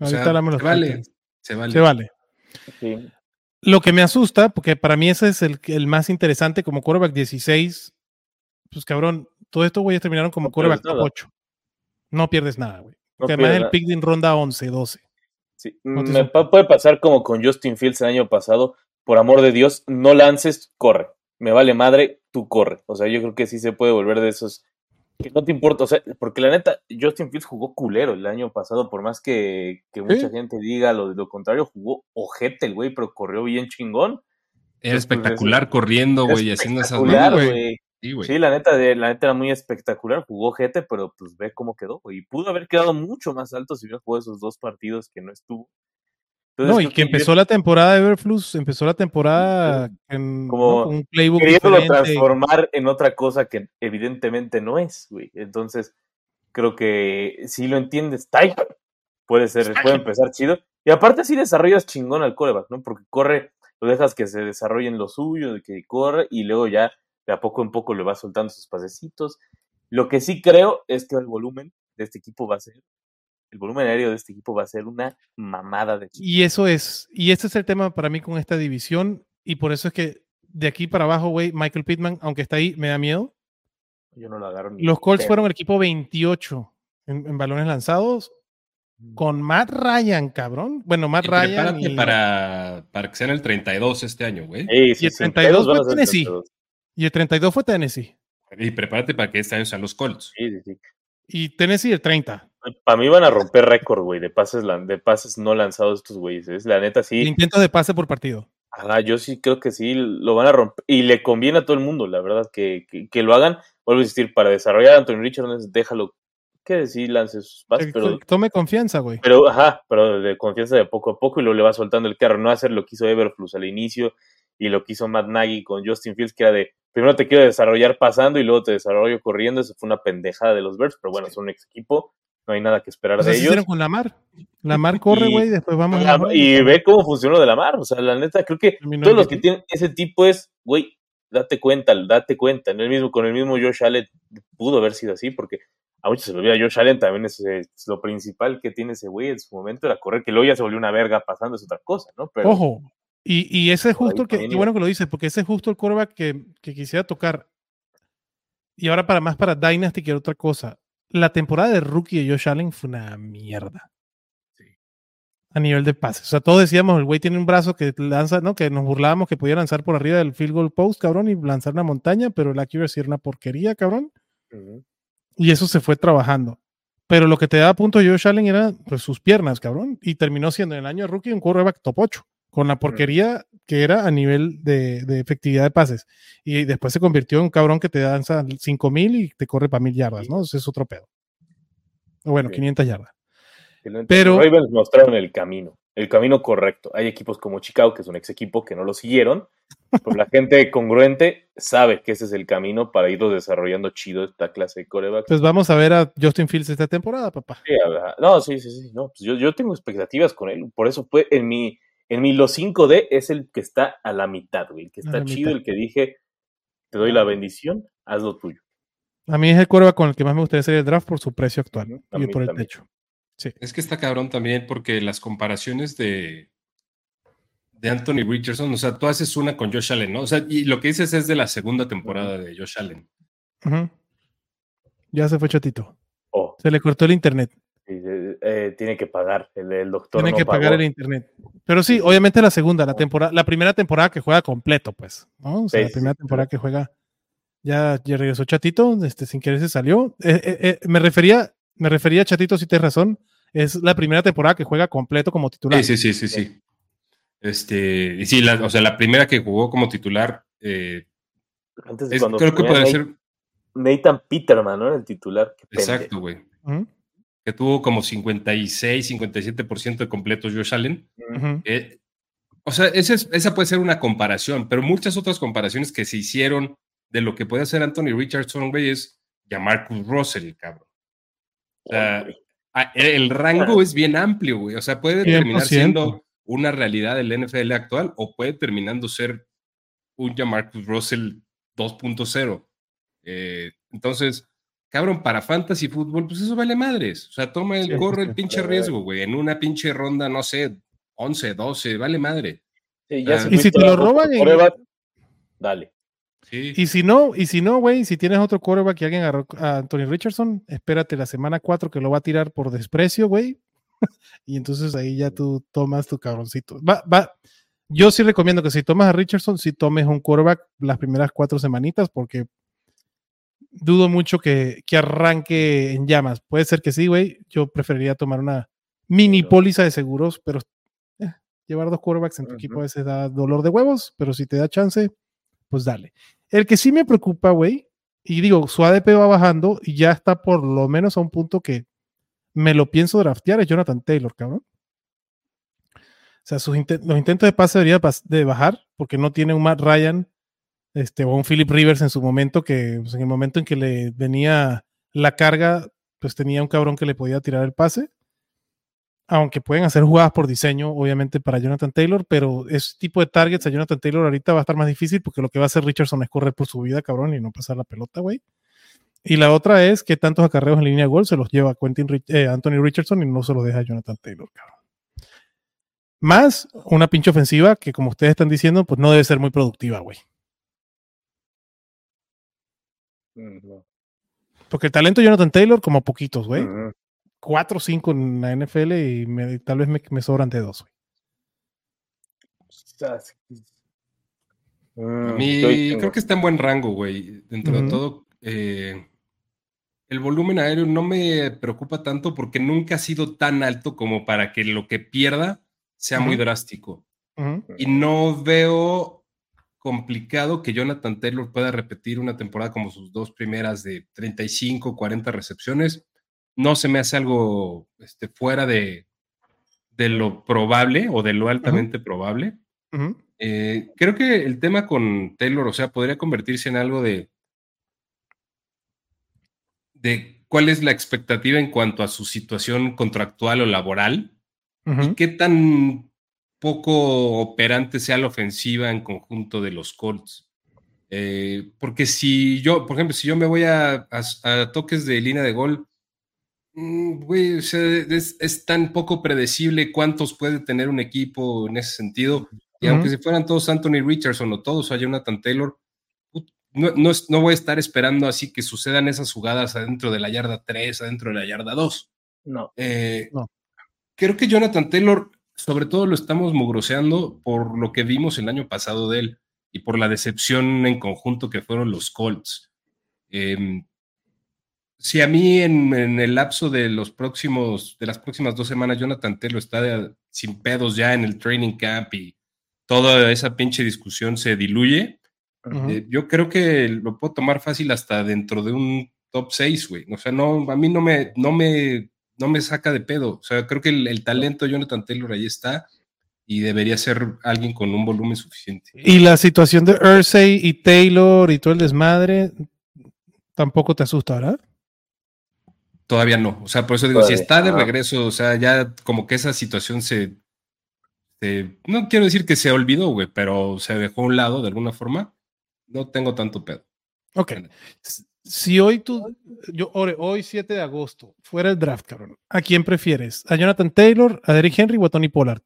B: Se vale.
C: Sí.
B: Lo que me asusta, porque para mí ese es el más interesante como quarterback 16, pues cabrón, todo esto, güey, terminaron como quarterback top 8. No pierdes nada, güey. Porque además el pick en ronda 11, 12.
C: Sí. Puede pasar como con Justin Fields el año pasado. Por amor de Dios, no lances, corre. Me vale madre, tú corre. O sea, yo creo que sí se puede volver de esos que no te importa. O sea, porque la neta, Justin Fields jugó culero el año pasado, por más que mucha gente diga lo contrario, jugó ojete el güey, pero corrió bien chingón.
D: Era espectacular corriendo, güey, haciendo esas manos,
C: güey. Sí, la neta era muy espectacular, jugó ojete, pero pues ve cómo quedó, güey. Y pudo haber quedado mucho más alto si hubiera jugado esos 2 partidos que no estuvo.
B: Entonces, y que empezó la temporada de Everflux,
C: como
B: con un playbook
C: queriéndolo transformar en otra cosa que evidentemente no es, güey. Entonces, creo que si lo entiendes, puede empezar chido. Y aparte sí desarrollas chingón al quarterback, ¿no? Porque lo dejas que se desarrolle en lo suyo, de que corre, y luego ya de a poco en poco le va soltando sus pasecitos. Lo que sí creo es que el volumen de este equipo el volumen aéreo de este equipo va a ser una mamada de
B: chingón. Y este es el tema para mí con esta división, y por eso es que de aquí para abajo, güey, Michael Pittman, aunque está ahí, me da miedo.
C: Yo no lo agarro ni.
B: Los Colts fueron el equipo 28 en balones lanzados, con Matt Ryan, cabrón. Bueno, Matt Ryan.
D: Prepárate para que sean el 32 este año, güey.
B: Y el 32 fue Tennessee. Y el 32 fue Tennessee.
D: Y prepárate para que este año sean los Colts.
C: Sí.
B: Y Tennessee el 30.
C: Para mí van a romper récord, güey, de pases no lanzados estos güeyes. La neta, sí.
B: El intento de pase por partido.
C: Ajá, yo sí creo que sí, lo van a romper. Y le conviene a todo el mundo, la verdad, que lo hagan. Vuelvo a insistir, para desarrollar a Anthony Richardson, déjalo que decir, lance sus pases. Pero
B: tome confianza, güey.
C: Pero de confianza de poco a poco y luego le va soltando el carro. No hacer lo que hizo Everflux al inicio y lo que hizo Matt Nagy con Justin Fields, que era de primero te quiero desarrollar pasando y luego te desarrollo corriendo. Eso fue una pendejada de los Bears, pero bueno, son un ex equipo. No hay nada que esperar de ellos.
B: Hicieron con Lamar. Lamar corre, güey, después vamos
C: a... Y ve cómo funcionó de Lamar. O sea, la neta, creo que todos los que tienen ese tipo güey, date cuenta. Con el mismo Josh Allen pudo haber sido así, porque a muchos se lo olvida. Josh Allen también es lo principal que tiene ese güey en su momento era correr, que luego ya se volvió una verga pasando, es otra cosa, ¿no? Pero,
B: ojo, y ese es justo el que, qué bueno que lo dices, porque ese es justo el quarterback que quisiera tocar. Y ahora para Dynasty que otra cosa. La temporada de rookie de Josh Allen fue una mierda. Sí. A nivel de pases. O sea, todos decíamos, el güey tiene un brazo que lanza, ¿no? Que nos burlábamos que podía lanzar por arriba del field goal post, cabrón, y lanzar una montaña, pero el accuracy era una porquería, cabrón. Y eso se fue trabajando. Pero lo que te daba punto de Josh Allen era pues, sus piernas, cabrón. Y terminó siendo en el año de rookie un quarterback top 8. Con la porquería que era a nivel de efectividad de pases. Y después se convirtió en un cabrón que te lanza 5,000 y te corre para 1,000 yardas, ¿no? Ese es otro pedo. Bueno, 500 yardas.
C: Pero los Ravens mostraron el camino. el camino correcto. Hay equipos como Chicago, que es un ex equipo, que no lo siguieron, pero la gente congruente sabe que ese es el camino para irlo desarrollando chido esta clase de quarterback.
B: Pues vamos a ver a Justin Fields esta temporada, papá.
C: Sí, no, sí. No, pues yo tengo expectativas con él. Por eso fue en mi los 5D es el que está a la mitad, güey. El que está chido, el que dije, te doy la bendición, haz lo tuyo.
B: A mí es el quarterback con el que más me gustaría hacer el draft por su precio actual y por el techo. Sí.
D: Es que está cabrón también porque las comparaciones de Anthony Richardson, o sea, tú haces una con Josh Allen, ¿no? O sea, y lo que dices es de la segunda temporada de Josh Allen.
B: Ya se fue chatito. Se le cortó el internet.
C: Tiene que pagar, el doctor
B: tiene que pagar el internet. Pero sí, obviamente la primera temporada que juega completo, pues, ¿no? O sea, la primera temporada que juega, ya regresó Chatito, sin querer se salió. Me refería a Chatito, si tienes razón, es la primera temporada que juega completo como titular.
D: Sí. Y sí, la primera que jugó como titular,
C: antes de creo que puede ser Nathan Peterman, ¿no? El titular.
D: Exacto, güey. Que tuvo como 56, 57% de completos Josh Allen. O sea, esa puede ser una comparación, pero muchas otras comparaciones que se hicieron de lo que puede hacer Anthony Richardson, güey, es Jamarcus Russell, cabrón. O sea, el rango es bien amplio, güey. O sea, puede 100%. Terminar siendo una realidad del NFL actual o puede terminando ser un Jamarcus Russell 2.0. Entonces, cabrón, para fantasy fútbol, pues eso vale madres. O sea, corre el pinche riesgo, güey. En una pinche ronda, no sé, 11, 12, vale madre.
C: Sí, ya
B: y si te lo roban,
C: dale.
B: Sí. Y si no, güey, si tienes otro quarterback y alguien agarró a Anthony Richardson, espérate la semana 4 que lo va a tirar por desprecio, güey. Y entonces ahí ya tú tomas tu cabroncito. Yo sí recomiendo que si tomas a Richardson, sí tomes un quarterback las primeras 4 semanitas, porque dudo mucho que arranque en llamas. Puede ser que sí, güey. Yo preferiría tomar una mini póliza de seguros, pero llevar 2 quarterbacks en tu equipo a veces da dolor de huevos, pero si te da chance, pues dale. El que sí me preocupa, güey, y digo, su ADP va bajando y ya está por lo menos a un punto que me lo pienso draftear, es Jonathan Taylor, cabrón. O sea, los intentos de pase deberían de bajar porque no tiene un Matt Ryan o un Philip Rivers en su momento, que pues, en el momento en que le venía la carga, pues tenía un cabrón que le podía tirar el pase. Aunque pueden hacer jugadas por diseño, obviamente, para Jonathan Taylor, pero ese tipo de targets a Jonathan Taylor ahorita va a estar más difícil porque lo que va a hacer Richardson es correr por su vida, cabrón, y no pasar la pelota, güey. Y la otra es que tantos acarreos en línea de gol se los lleva Anthony Richardson y no se los deja a Jonathan Taylor, cabrón. Más una pinche ofensiva que, como ustedes están diciendo, pues no debe ser muy productiva, güey. Porque el talento de Jonathan Taylor, como poquitos, güey. 4 o 5 en la NFL y tal vez me sobran de 2,
D: güey. A mí creo que está en buen rango, güey. Dentro de todo, el volumen aéreo no me preocupa tanto porque nunca ha sido tan alto como para que lo que pierda sea muy drástico. Y no veo complicado que Jonathan Taylor pueda repetir una temporada como sus 2 primeras de 35, 40 recepciones. No se me hace algo fuera de lo probable o de lo altamente probable. Creo que el tema con Taylor, o sea, podría convertirse en algo de cuál es la expectativa en cuanto a su situación contractual o laboral y qué tan poco operante sea la ofensiva en conjunto de los Colts. Porque si yo, por ejemplo, si yo me voy a toques de línea de gol, güey, o sea, es tan poco predecible cuántos puede tener un equipo en ese sentido. Y aunque si fueran todos Anthony Richardson o todos a Jonathan Taylor, no voy a estar esperando así que sucedan esas jugadas adentro de la yarda 3, adentro de la yarda 2.
C: No.
D: Creo que Jonathan Taylor, sobre todo lo estamos mugroseando por lo que vimos el año pasado de él y por la decepción en conjunto que fueron los Colts. Si a mí en el lapso de las próximas 2 semanas Jonathan Taylor está sin pedos ya en el training camp y toda esa pinche discusión se diluye, yo creo que lo puedo tomar fácil hasta dentro de un top 6, güey. O sea, a mí no me no me saca de pedo. O sea, creo que el talento de Jonathan Taylor ahí está y debería ser alguien con un volumen suficiente.
B: Y la situación de Irsay y Taylor y todo el desmadre tampoco te asusta, ¿verdad?
D: Todavía no. O sea, por eso digo, si está de regreso, o sea, ya como que esa situación no quiero decir que se olvidó, güey, pero se dejó a un lado de alguna forma. No tengo tanto pedo.
B: Ok. Si hoy hoy 7 de agosto, fuera el draft, cabrón, ¿a quién prefieres? ¿A Jonathan Taylor, a Derrick Henry o a Tony Pollard?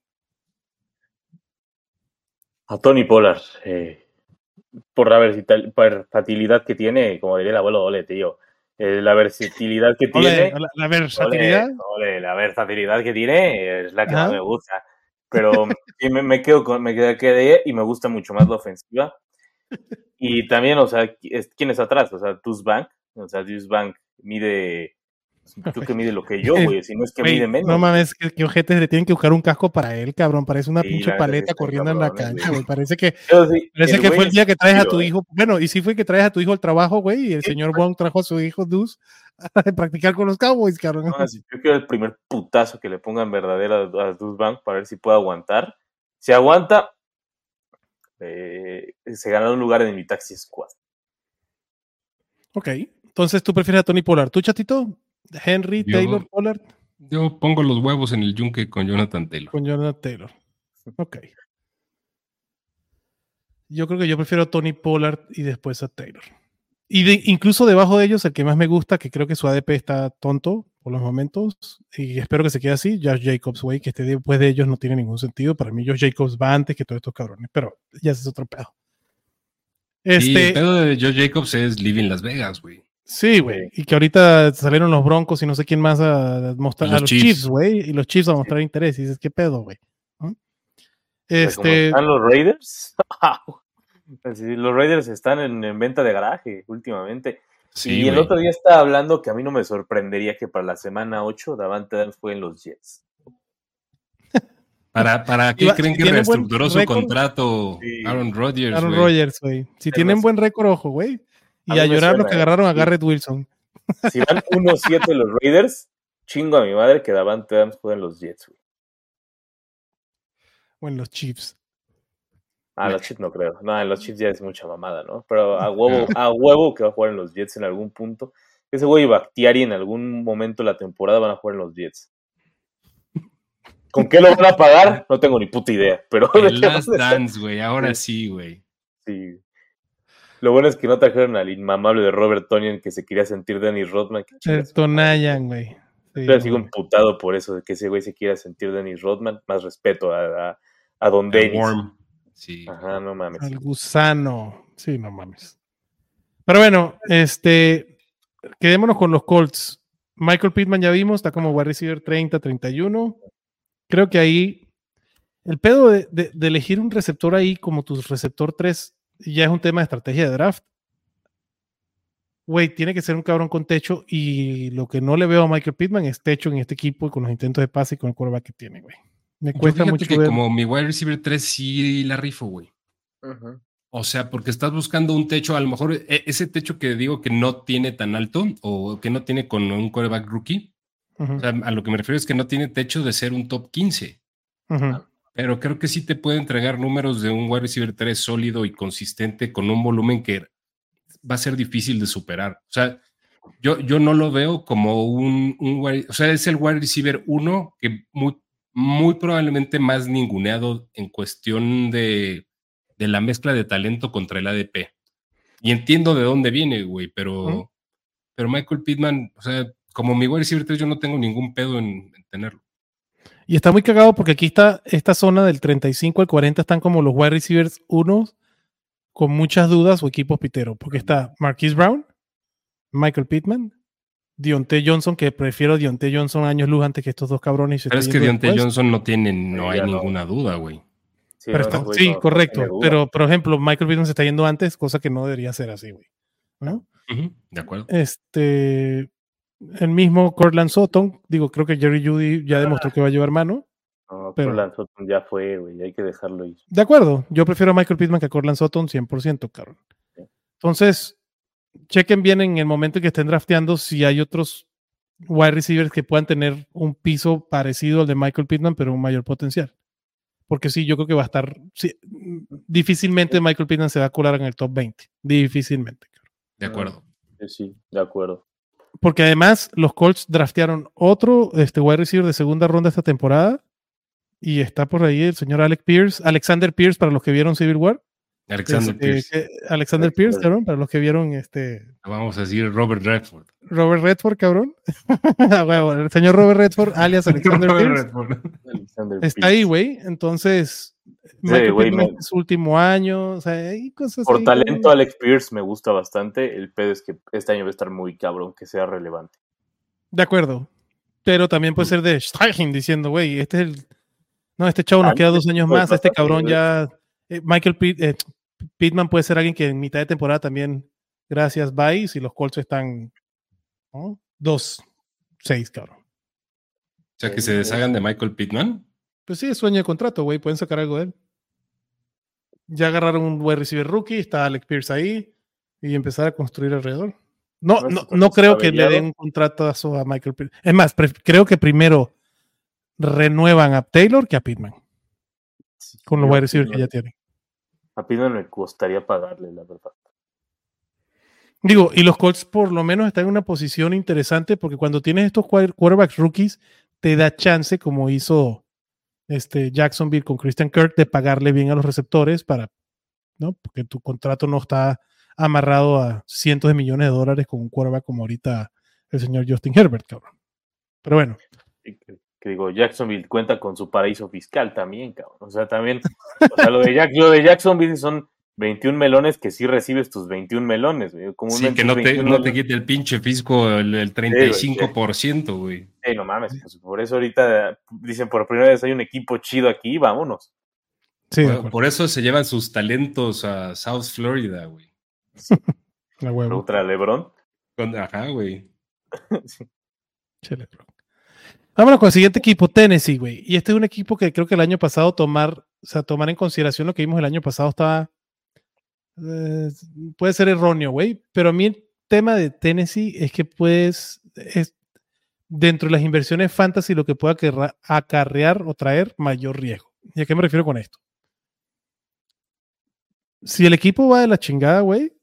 C: A Tony Pollard. Por la versatilidad que tiene, como diría el abuelo Ole, tío. La versatilidad que tiene.
B: La versatilidad.
C: La versatilidad que tiene es la que más me gusta. Pero sí, me quedé y me gusta mucho más la ofensiva. Y también, o sea, ¿quién es atrás? O sea, Deuce Bank. O sea, Deuce Bank mide. Tú que mide lo que yo, güey. Si no es que mide menos.
B: No mames, que ojetes le tienen que buscar un casco para él, cabrón. Parece una pinche paleta corriendo en la cancha, güey. Parece que fue el día que traes a tu hijo. Bueno, y sí fue que traes a tu hijo al trabajo, güey. Y el señor Wong trajo a su hijo Deuce a practicar con los Cowboys, cabrón.
C: No, yo quiero el primer putazo que le pongan verdadero a Deuce Bank para ver si puede aguantar. Si aguanta, se gana un lugar en mi taxi squad.
B: Ok, entonces tú prefieres a Tony Pollard. ¿Tú, chatito? Henry, Taylor, Pollard.
D: Yo pongo los huevos en el yunque con Jonathan Taylor.
B: Con Jonathan Taylor. Ok. Yo creo que yo prefiero a Tony Pollard y después a Taylor. Y incluso debajo de ellos, el que más me gusta, que creo que su ADP está tonto por los momentos, y espero que se quede así, Josh Jacobs, güey, que esté después de ellos no tiene ningún sentido. Para mí, Josh Jacobs va antes que todos estos cabrones, pero ya ese es otro pedo.
D: Sí, el pedo de Josh Jacobs es Living Las Vegas, güey.
B: Sí, güey. Y que ahorita salieron los Broncos y no sé quién más a mostrar a los Chiefs, güey. Y los Chiefs a mostrar interés. Y dices, ¿qué pedo, güey?
C: ¿Están los Raiders? Los Raiders están en venta de garaje últimamente. Sí, y el otro día estaba hablando que a mí no me sorprendería que para la semana 8 Davante Adams fue en los Jets.
D: ¿Para qué creen que reestructuró su contrato Aaron Rodgers?
B: Aaron Rodgers, güey. Si tienen buen récord, ojo, güey. Y a llorar los que agarraron a Garrett Wilson.
C: Si van 1-7 los Raiders, chingo a mi madre que Davante Adams juega en los Jets, güey.
B: O en los Chiefs.
C: Los Chiefs no creo. No, en los Chiefs ya es mucha mamada, ¿no? Pero a huevo que va a jugar en los Jets en algún punto. Ese güey y Bakhtiari en algún momento de la temporada van a jugar en los Jets. ¿Con qué lo van a pagar? No tengo ni puta idea. Pero
D: el Last Dance, güey. Ahora sí, güey.
C: Sí. Lo bueno es que no trajeron al inmamable de Robert Tonyan que se quería sentir Dennis Rodman.
B: Tonayan, güey.
C: Sí, yo sigo emputado por eso, de que ese güey se quiera sentir Dennis Rodman. Más respeto a Don Dennis.
D: Sí.
C: Ajá, no mames.
B: Al gusano. Sí, no mames. Pero bueno, quedémonos con los Colts. Michael Pittman ya vimos, está como wide receiver 30, 31. Creo que ahí el pedo de elegir un receptor ahí como tu receptor 3 ya es un tema de estrategia de draft. Güey, tiene que ser un cabrón con techo y lo que no le veo a Michael Pittman es techo en este equipo y con los intentos de pase y con el quarterback que tiene, güey. Me cuesta mucho
D: que como mi wide receiver 3 sí la rifo, güey.
C: Uh-huh.
D: O sea, porque estás buscando un techo, a lo mejor ese techo que digo que no tiene tan alto o que no tiene con un quarterback rookie. Uh-huh. O sea, a lo que me refiero es que no tiene techo de ser un top 15.
B: Uh-huh.
D: Pero creo que sí te puede entregar números de un wide receiver 3 sólido y consistente con un volumen que va a ser difícil de superar. O sea, yo no lo veo como un wide, o sea, es el wide receiver 1 que muy probablemente más ninguneado en cuestión de la mezcla de talento contra el ADP. Y entiendo de dónde viene, güey, pero Michael Pittman, o sea, como mi wide receiver 3 yo no tengo ningún pedo en tenerlo.
B: Y está muy cagado porque aquí está esta zona del 35 al 40 están como los wide receivers 1 con muchas dudas o equipos piteros, porque está Marquise Brown, Michael Pittman, Diontae Johnson, que prefiero Diontae Johnson años luz antes que estos dos cabrones.
D: Pero es que Diontae Johnson no hay ninguna duda, güey.
B: Sí, correcto. Pero, por ejemplo, Michael Pittman se está yendo antes, cosa que no debería ser así, güey. ¿No?
D: Uh-huh, de acuerdo.
B: El mismo Courtland Sutton, creo que Jerry Jeudy ya demostró que va a llevar mano.
C: No, pero Courtland Sutton ya fue, güey, hay que dejarlo ir.
B: De acuerdo, yo prefiero a Michael Pittman que a Courtland Sutton 100%, cabrón. Sí. Entonces, chequen bien en el momento en que estén drafteando si hay otros wide receivers que puedan tener un piso parecido al de Michael Pittman, pero un mayor potencial. Porque sí, yo creo que va a estar... Sí, difícilmente Michael Pittman se va a colar en el top 20. Difícilmente.
D: De acuerdo.
C: Sí, de acuerdo.
B: Porque además los Colts draftearon otro wide receiver de segunda ronda esta temporada y está por ahí el señor Alexander Pierce, para los que vieron Civil War.
D: Alexander
B: Pierce, cabrón, para los que vieron
D: Vamos a decir Robert Redford.
B: Robert Redford, cabrón. El señor Robert Redford, alias Alexander Pierce. Está ahí, güey. Entonces, Michael Pittman es su último año. O sea, hay cosas
C: por
B: ahí,
C: talento, Alex Pierce me gusta bastante. El pedo es que este año va a estar muy cabrón, que sea relevante.
B: De acuerdo. Pero también puede ser de Steichen diciendo, güey, este chavo nos queda 2 años más. Este cabrón ya... Michael Pittman puede ser alguien que en mitad de temporada también, gracias, bye, si los Colts están 2-6, cabrón.
D: O sea, que se deshagan de Michael Pittman.
B: Pues sí, es sueño de contrato, güey, pueden sacar algo de él. Ya agarraron un wide receiver rookie, está Alex Pierce ahí, y empezar a construir alrededor. No creo que le den un contratazo a Michael Pittman. Es más, creo que primero renuevan a Taylor que a Pittman. Con los wide receivers que ya tienen.
C: A Pittman me costaría pagarle, la verdad.
B: Digo, y los Colts por lo menos están en una posición interesante porque cuando tienes estos quarterbacks rookies, te da chance, como hizo Jacksonville con Christian Kirk, de pagarle bien a los receptores ¿no? Porque tu contrato no está amarrado a cientos de millones de dólares con un quarterback como ahorita el señor Justin Herbert, cabrón. Pero bueno.
C: Que digo, Jacksonville cuenta con su paraíso fiscal también, cabrón. O sea, también, lo de Jacksonville son 21 melones que sí recibes tus 21 melones, güey.
D: Sí, que no te quite el pinche fisco el 35%, güey.
C: Sí, no mames, pues por eso ahorita dicen por primera vez hay un equipo chido aquí, vámonos.
B: Sí,
D: por eso se llevan sus talentos a South Florida, güey.
B: La huevo.
C: Contra LeBron.
D: Ajá, güey.
C: Sí.
B: Chale, bro. Vámonos con el siguiente equipo, Tennessee, güey. Y este es un equipo que creo que el año pasado tomar en consideración lo que vimos el año pasado estaba... puede ser erróneo, güey. Pero a mí el tema de Tennessee es que dentro de las inversiones fantasy lo que puede acarrear o traer mayor riesgo. ¿Y a qué me refiero con esto? Si el equipo va de la chingada, güey,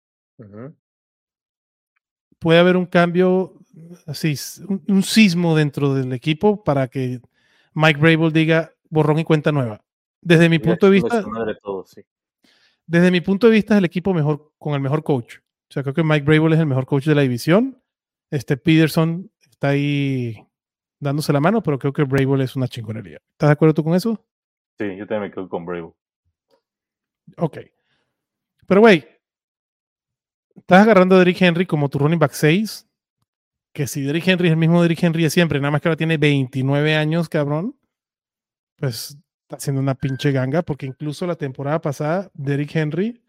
B: puede haber un cambio, así, un sismo dentro del equipo para que Mike Vrabel diga borrón y cuenta nueva. Desde mi punto de vista, desde mi punto de vista es el equipo con el mejor coach. O sea, creo que Mike Vrabel es el mejor coach de la división. Peterson está ahí dándose la mano, pero creo que Vrabel es una chingonería. ¿Estás de acuerdo tú con eso?
C: Sí, yo también me quedo con Vrabel.
B: Ok. Pero, güey, estás agarrando a Derrick Henry como tu running back 6, que si Derrick Henry es el mismo Derrick Henry de siempre, nada más que ahora tiene 29 años, cabrón, pues está haciendo una pinche ganga, porque incluso la temporada pasada, Derrick Henry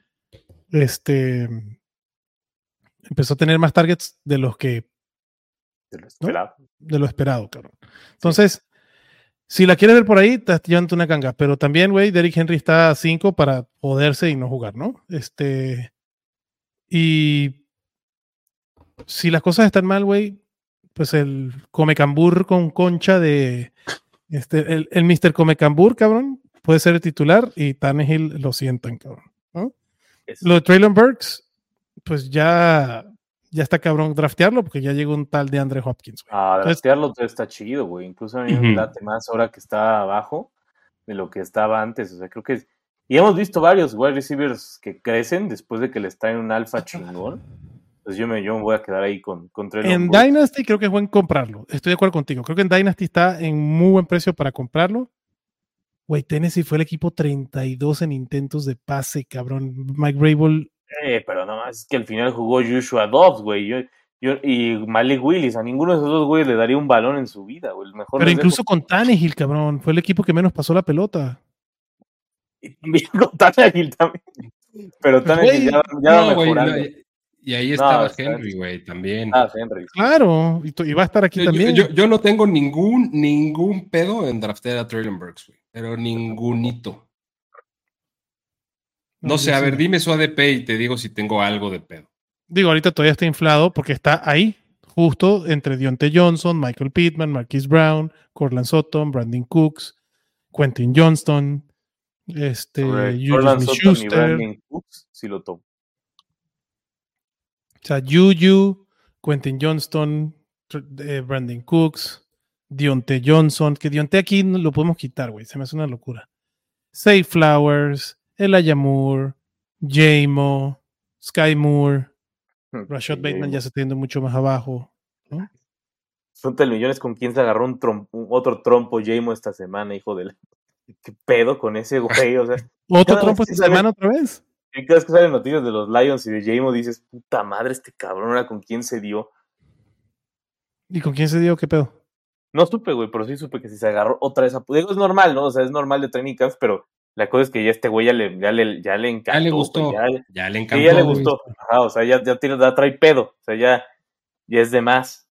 B: empezó a tener más targets de los que...
C: De lo esperado.
B: ¿no? De lo esperado, cabrón. Entonces, si la quieres ver por ahí, estás llevando una ganga, pero también, güey, Derrick Henry está a 5 para joderse y no jugar, ¿no? Y si las cosas están mal, güey, pues el Comecambur con concha de el Mr. Comecambur, cabrón, puede ser el titular y Tannehill lo sientan, cabrón, ¿no? Lo de Traylon Burks, pues ya está cabrón draftearlo porque ya llegó un tal de Andre Hopkins,
C: güey. Draftearlo está chido, güey. Incluso a mí me late más ahora que está abajo de lo que estaba antes. O sea, creo que y hemos visto varios wide receivers que crecen después de que les traen un alfa chingón. Pues yo me voy a quedar ahí con Traylon
B: En
C: Burks.
B: Dynasty creo que es buen comprarlo. Estoy de acuerdo contigo. Creo que en Dynasty está en muy buen precio para comprarlo. Güey, Tennessee fue el equipo 32 en intentos de pase, cabrón. Mike Vrabel.
C: Pero no más, es que al final jugó Joshua Dobbs, güey. Y Malik Willis. A ninguno de esos dos güeyes le daría un balón en su vida, güey.
B: Pero incluso con Tannehill, cabrón. Fue el equipo que menos pasó la pelota.
C: Y también con Tannehill también. Pero Tannehill ya va mejorando.
D: Y ahí estaba Henry, güey, también.
C: Henry.
B: Claro, y va a estar aquí también.
D: Yo no tengo ningún pedo en draftear a Traylon Burks, güey. Pero ningunito. No sé, a ver, dime su ADP y te digo si tengo algo de pedo.
B: Digo, ahorita todavía está inflado porque está ahí, justo entre Diontae Johnson, Michael Pittman, Marquise Brown, Courtland Sutton, Brandon Cooks, Quentin Johnston,
C: Juju Smith-Schuster. Y Brandon Cooks, sí lo tomo.
B: O sea, Juju, Quentin Johnston, Brandon Cooks, Diontae Johnson, que Diontae aquí no lo podemos quitar, güey, se me hace una locura. Zay Flowers, Elijah Moore, J-Mo, Sky Moore, Rashad Bateman ya se está yendo mucho más abajo, ¿no?
C: Son millones con quien se agarró otro trompo J-Mo esta semana, hijo de la... ¿Qué pedo con ese güey? O sea,
B: ¿otro trompo esta semana otra vez?
C: Y cada vez que salen noticias de los Lions y de J-Mo dices, puta madre, este cabrón, ¿ahora con quién se dio?
B: ¿Y con quién se dio? ¿Qué pedo?
C: No supe, güey, pero sí supe que si se agarró otra vez a... Digo, es normal, ¿no? O sea, es normal de training camps, pero la cosa es que ya este güey ya le encantó.
D: Ya le gustó.
C: Ya le encantó. Sí, ya le gustó. Ajá, o sea, ya trae pedo. O sea, ya es de más.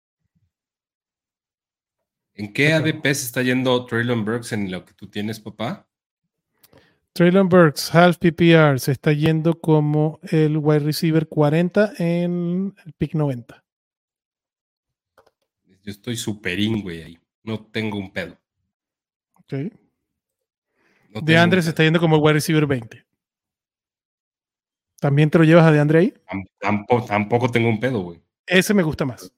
D: ¿En qué ADP se está yendo Treylon Burks en lo que tú tienes, papá?
B: Treylon Burks, half PPR, se está yendo como el wide receiver 40 en el pick 90.
D: Yo estoy superín, güey, ahí. No tengo un pedo.
B: Ok. DeAndre se está yendo como el wide receiver 20. ¿También te lo llevas a DeAndre ahí?
D: Tampoco tengo un pedo, güey.
B: Ese me gusta más.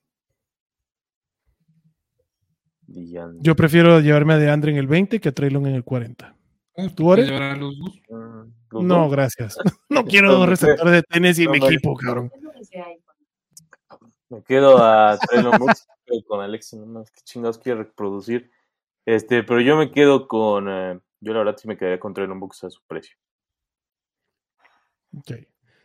B: Yo prefiero llevarme a DeAndre en el 20 que a Treylon en el 40. ¿Tú, Ore?
D: Los dos?
B: No, gracias. No quiero dos receptores de Tennessee en mi equipo, cabrón.
C: Me quedo a Treylon Burks con Alex. No, ¿qué chingados quiere reproducir? Pero yo me quedo con... yo la verdad sí me quedaría con Treylon Burks a su precio.
B: Ok.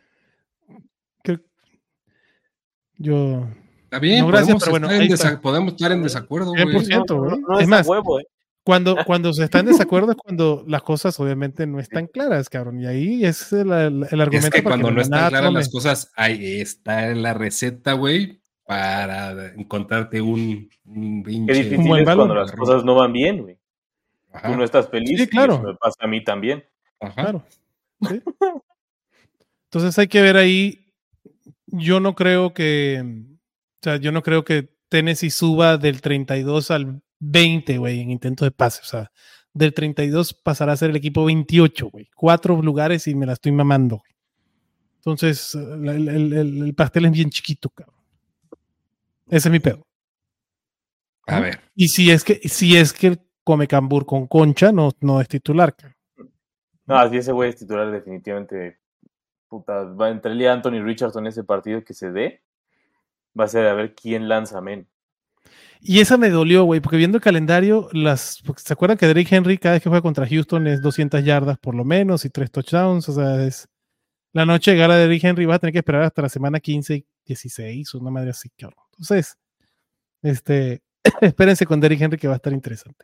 B: Yo...
D: Está bien,
B: no, gracias, pero bueno,
D: podemos estar en desacuerdo, güey.
B: 100%, güey.
C: No
B: es más,
C: huevo,
B: cuando se está en desacuerdo es cuando las cosas obviamente no están claras, cabrón. Y ahí es el argumento.
D: Es que cuando no están claras las cosas, ahí está la receta, güey, para encontrarte un
C: Qué difícil es cuando las cosas no van bien, güey. Tú no estás feliz,
B: sí, claro.
C: Y eso me pasa a mí también.
B: Ajá. Claro. ¿Sí? Entonces hay que ver ahí. Yo no creo que Tennessee suba del 32 al 20, güey, en intentos de pase. O sea, del 32 pasará a ser el equipo 28, güey. 4 lugares y me la estoy mamando. Entonces, el pastel es bien chiquito, cabrón. Ese es mi pedo.
D: A ver.
B: Y si es que el come cambur con concha no es titular, cabrón.
C: No, si ese güey es titular definitivamente, puta, va entre él y Anthony Richardson en ese partido que se dé, va a ser a ver quién lanza, men.
B: Y esa me dolió, güey, porque viendo el calendario, ¿se acuerdan que Derrick Henry cada vez que juega contra Houston es 200 yardas por lo menos y 3 touchdowns? O sea, es la noche de gala de Derrick Henry, vas a tener que esperar hasta la semana 15 y 16, una madre así, cabrón. Entonces, espérense con Derrick Henry que va a estar interesante.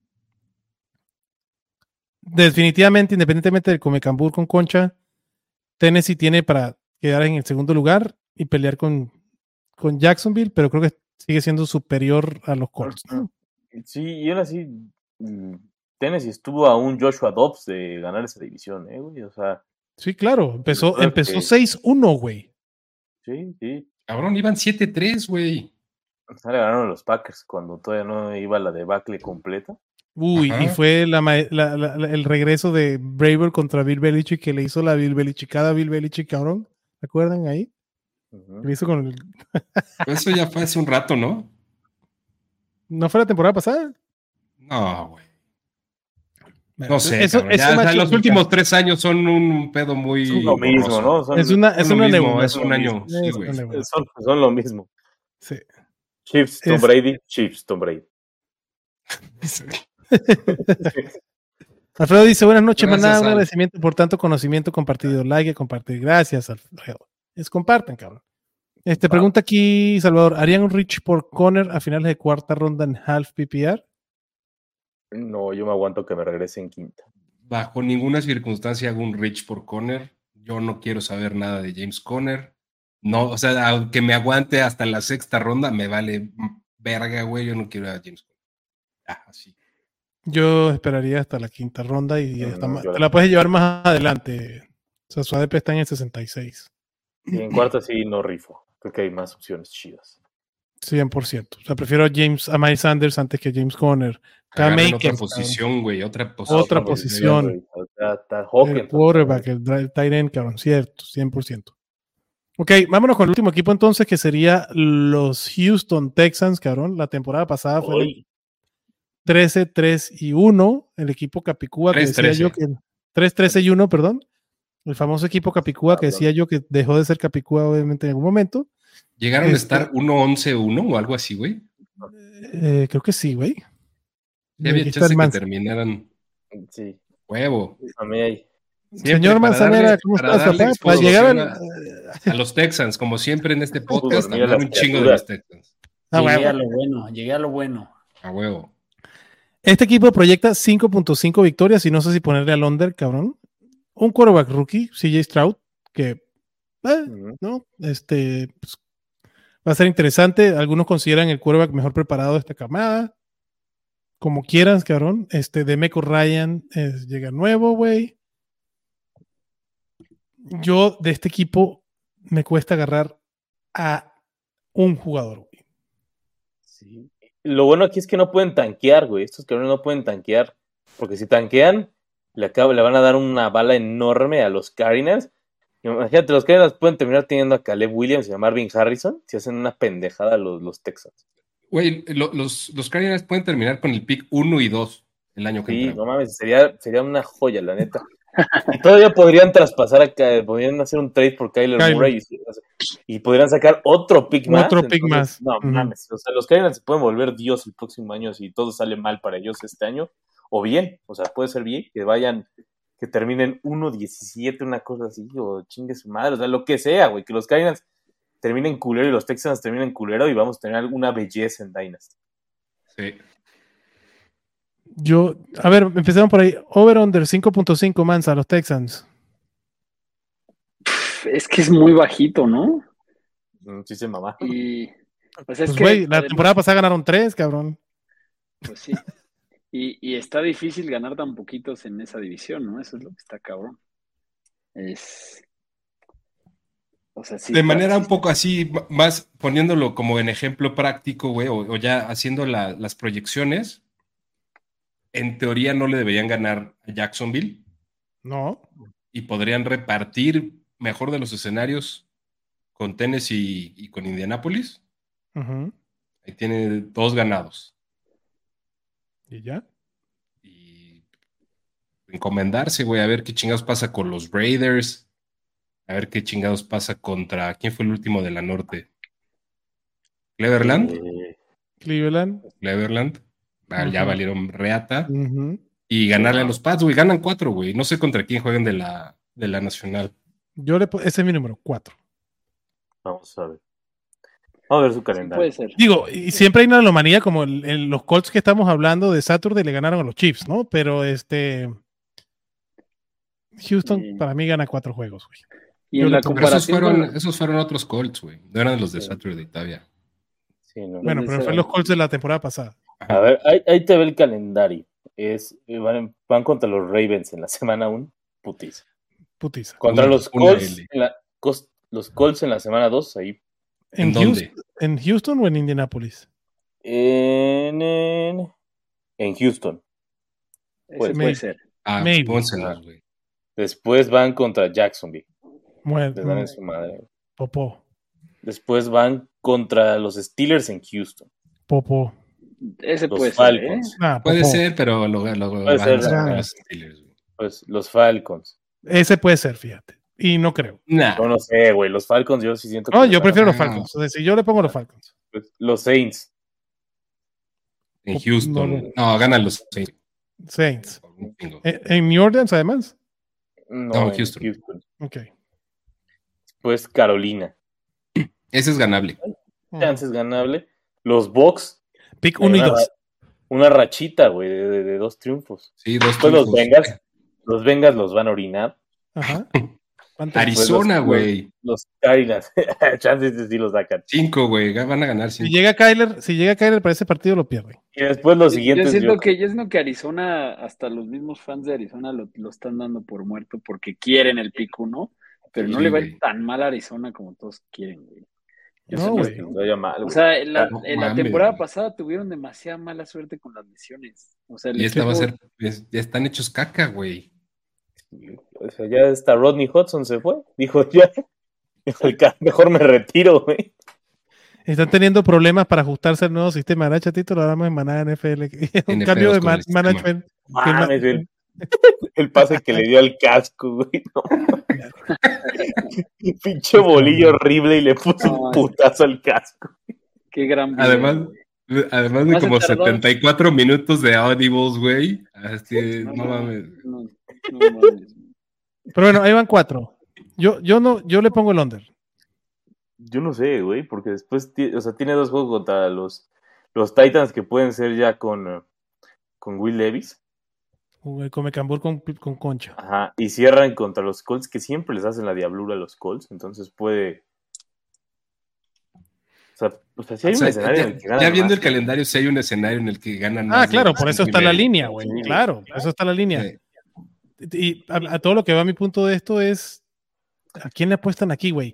B: Definitivamente, independientemente del comecambur con concha, Tennessee tiene para quedar en el segundo lugar y pelear con Jacksonville, pero creo que sigue siendo superior a los Colts, ¿no?
C: Sí, y aún así Tennessee estuvo a un Joshua Dobbs de ganar esa división, güey, o sea.
B: Sí, claro, empezó 6-1, güey.
C: Sí.
D: Cabrón, iban 7-3, güey.
C: Le ganaron los Packers cuando todavía no iba la debacle completa.
B: Uy, y fue el regreso de Braver contra Bill Belichick que le hizo la Bill Belichickada a Bill Belichick, cabrón. ¿Se acuerdan ahí? Le hizo con el...
D: Eso ya fue hace un rato, ¿no?
B: ¿No fue la temporada pasada?
D: No, güey. No sé, los últimos 3 años son un pedo muy...
C: Es lo mismo, ¿no?
B: Es un
D: año. Sí, güey.
C: Son lo mismo.
B: Sí.
C: Chiefs, Tom Brady.
B: Alfredo dice, buenas noches, maná, un agradecimiento por tanto conocimiento compartido, like y compartir. Gracias, Alfredo. Compartan, cabrón. Pregunta aquí, Salvador, ¿harían un reach por Conner a finales de cuarta ronda en half PPR?
C: No, yo me aguanto que me regrese en quinta.
D: Bajo ninguna circunstancia hago un reach por Conner. Yo no quiero saber nada de James Conner. No, o sea, aunque me aguante hasta la sexta ronda, me vale verga, güey. Yo no quiero a James Conner. Así.
B: Yo esperaría hasta la quinta ronda y te la puedes llevar más adelante. O sea, su ADP está en el 66.
C: Y en cuarta sí no rifo. Creo que hay más opciones chidas.
B: 100%. O sea, prefiero a Miles Sanders antes que James Conner.
D: Otra posición, güey. Otra
B: posición. El quarterback, el tight end, cabrón. Cierto, 100%. Ok, vámonos con el último equipo entonces, que sería los Houston Texans, cabrón. La temporada pasada fue el 13-3-1. El equipo Capicúa, que decía yo que 3-13-1, perdón. El famoso equipo Capicúa, que decía yo que dejó de ser Capicúa, obviamente, en algún momento.
D: ¿Llegaron a estar 1-11-1 o algo así, güey?
B: Creo que sí, güey.
D: Ya había chance que terminaran.
C: Sí.
D: Huevo.
B: Señor Manzanera, ¿cómo estás, papá? Para llegar
D: a los Texans, como siempre en este podcast, hablar un chingo de los Texans.
E: Llegué a lo bueno.
D: A huevo.
B: Este equipo proyecta 5.5 victorias y no sé si ponerle al under, cabrón. Un quarterback rookie, CJ Stroud, que no, pues, va a ser interesante. Algunos consideran el quarterback mejor preparado de esta camada. Como quieras, cabrón. DeMeco Ryan llega nuevo, güey. Yo de este equipo me cuesta agarrar a un jugador, güey.
C: Sí. Lo bueno aquí es que no pueden tanquear, güey. Estos cabrones no pueden tanquear. Porque si tanquean, le van a dar una bala enorme a los Cardinals. Imagínate, los Cardinals pueden terminar teniendo a Caleb Williams y a Marvin Harrison si hacen una pendejada los Texans.
D: Güey, los Cardinals pueden terminar con el pick 1 y 2 el año que entra.
C: Sí, no mames, sería una joya, la neta. Y todavía podrían traspasar podrían hacer un trade por Kyler Murray y podrían sacar otro pick más. No mames, o sea, los Cardinals se pueden volver Dios el próximo año si todo sale mal para ellos este año, o bien, o sea, puede ser bien que terminen 1-17, una cosa así, o chingue su madre, o sea, lo que sea, güey, que los Cardinals terminen culero y los Texans terminen culero y vamos a tener alguna belleza en Dynasty.
D: Sí.
B: A ver, empecemos por ahí. Over-under 5.5 Mansa, los Texans.
E: Es que es muy bajito, ¿no?
C: Sí se mamá.
E: Pues es
B: que güey, la temporada pasada ganaron 3, cabrón.
E: Pues sí. Y está difícil ganar tan poquitos en esa división, ¿no? Eso es lo que está cabrón. O sea, sí,
D: de manera un poco así, más poniéndolo como en ejemplo práctico, güey, o ya haciendo las proyecciones. En teoría no le deberían ganar a Jacksonville.
B: No.
D: Y podrían repartir mejor de los escenarios con Tennessee y con Indianapolis.
B: Uh-huh.
D: Ahí tiene 2 ganados.
B: ¿Y ya?
D: Y encomendarse, güey, a ver qué chingados pasa con los Raiders. A ver qué chingados pasa contra... ¿Quién fue el último de la norte? ¿Cleveland? Cleveland. Ya valieron reata.
B: Uh-huh.
D: Y ganarle a los Pats, güey. Ganan 4, güey. No sé contra quién juegan de la nacional.
B: Ese es mi número, 4.
C: Vamos a ver. Vamos a ver su calendario.
E: Sí, puede ser.
B: Digo, y siempre hay una anomalía, como los Colts que estamos hablando de Saturday le ganaron a los Chiefs, ¿no? Pero Houston para mí gana 4 juegos, güey.
E: Y en la comparación
D: esos fueron otros Colts, güey. No eran los de Saturday todavía.
C: Sí, no.
B: Bueno, pero fueron los Colts de la temporada pasada.
C: A ver, ahí te ve el calendario. Van contra los Ravens en la semana 1. Putiza. Contra los Colts los Colts en la semana 2, ahí.
B: ¿En dónde? ¿En Houston o en Indianapolis?
C: En Houston.
E: Puede ser.
D: Pónselas, güey.
C: Después van contra Jacksonville.
B: Bueno,
C: les dan en su madre.
B: Popó.
C: Después van contra los Steelers en Houston.
B: Popó.
E: Ese
C: los
E: puede
C: Falcons.
E: ser,
D: puede ser, pero puede ser,
C: los Steelers. Pues los Falcons.
B: Ese puede ser, fíjate. Y no creo.
C: Yo no sé, güey. Los Falcons yo sí siento que...
B: No, yo prefiero los Falcons. O sea, si yo le pongo los Falcons.
C: Pues, los Saints.
D: En Houston. No, ganan los
B: Saints. ¿En New Orleans, además?
C: No,
D: en Houston.
B: Ok.
C: Pues Carolina.
D: Ese es ganable.
C: Chance es ganable. Los Bucks.
B: Pick 1 y 2.
C: Una rachita, güey, de 2 triunfos.
D: Sí, 2
C: triunfos. Los Bengals los van a orinar.
B: Ajá.
D: Arizona, güey.
C: Los Cardinals. Chances sí los sacan.
D: 5, güey. Van a ganar 5.
B: Si llega Kyler para ese partido, lo pierde.
C: Y después los siguientes.
E: Yo siento que Arizona, hasta los mismos fans de Arizona lo están dando por muerto porque quieren el pick 1, pero no le va a ir tan mal a Arizona como todos quieren, güey.
C: No, güey.
E: O sea, en la temporada pasada tuvieron demasiada mala suerte con las lesiones. O sea,
D: y esta va a ser, ya están hechos caca, güey.
C: O sea, ya hasta Rodney Hudson se fue. Dijo, ya, mejor me retiro, güey.
B: Están teniendo problemas para ajustarse al nuevo sistema. ¿Verdad, Chatito? Lo hablamos en Manada NFL. Un cambio de management.
C: El pase que le dio al casco, güey. No. Pinche bolillo horrible y le puso un putazo al casco.
E: Qué gran
D: video, además de como 74 minutos de audibles, güey. No mames.
E: No mames.
B: Pero bueno, ahí van 4. Yo le pongo el under.
C: Yo no sé, güey, porque después, o sea, tiene 2 juegos contra los Titans que pueden ser ya con Will Levis.
B: Come cambur con concha.
C: Ajá, y cierran contra los Colts, que siempre les hacen la diablura a los Colts, entonces puede... O sea si hay un escenario en el que ganan.
D: Ya viendo el calendario, si hay un escenario en el que ganan más.
B: Claro, por eso está la línea, güey. Claro, por eso está la línea. Sí. Y a todo lo que va mi punto de esto es, ¿a quién le apuestan aquí, güey?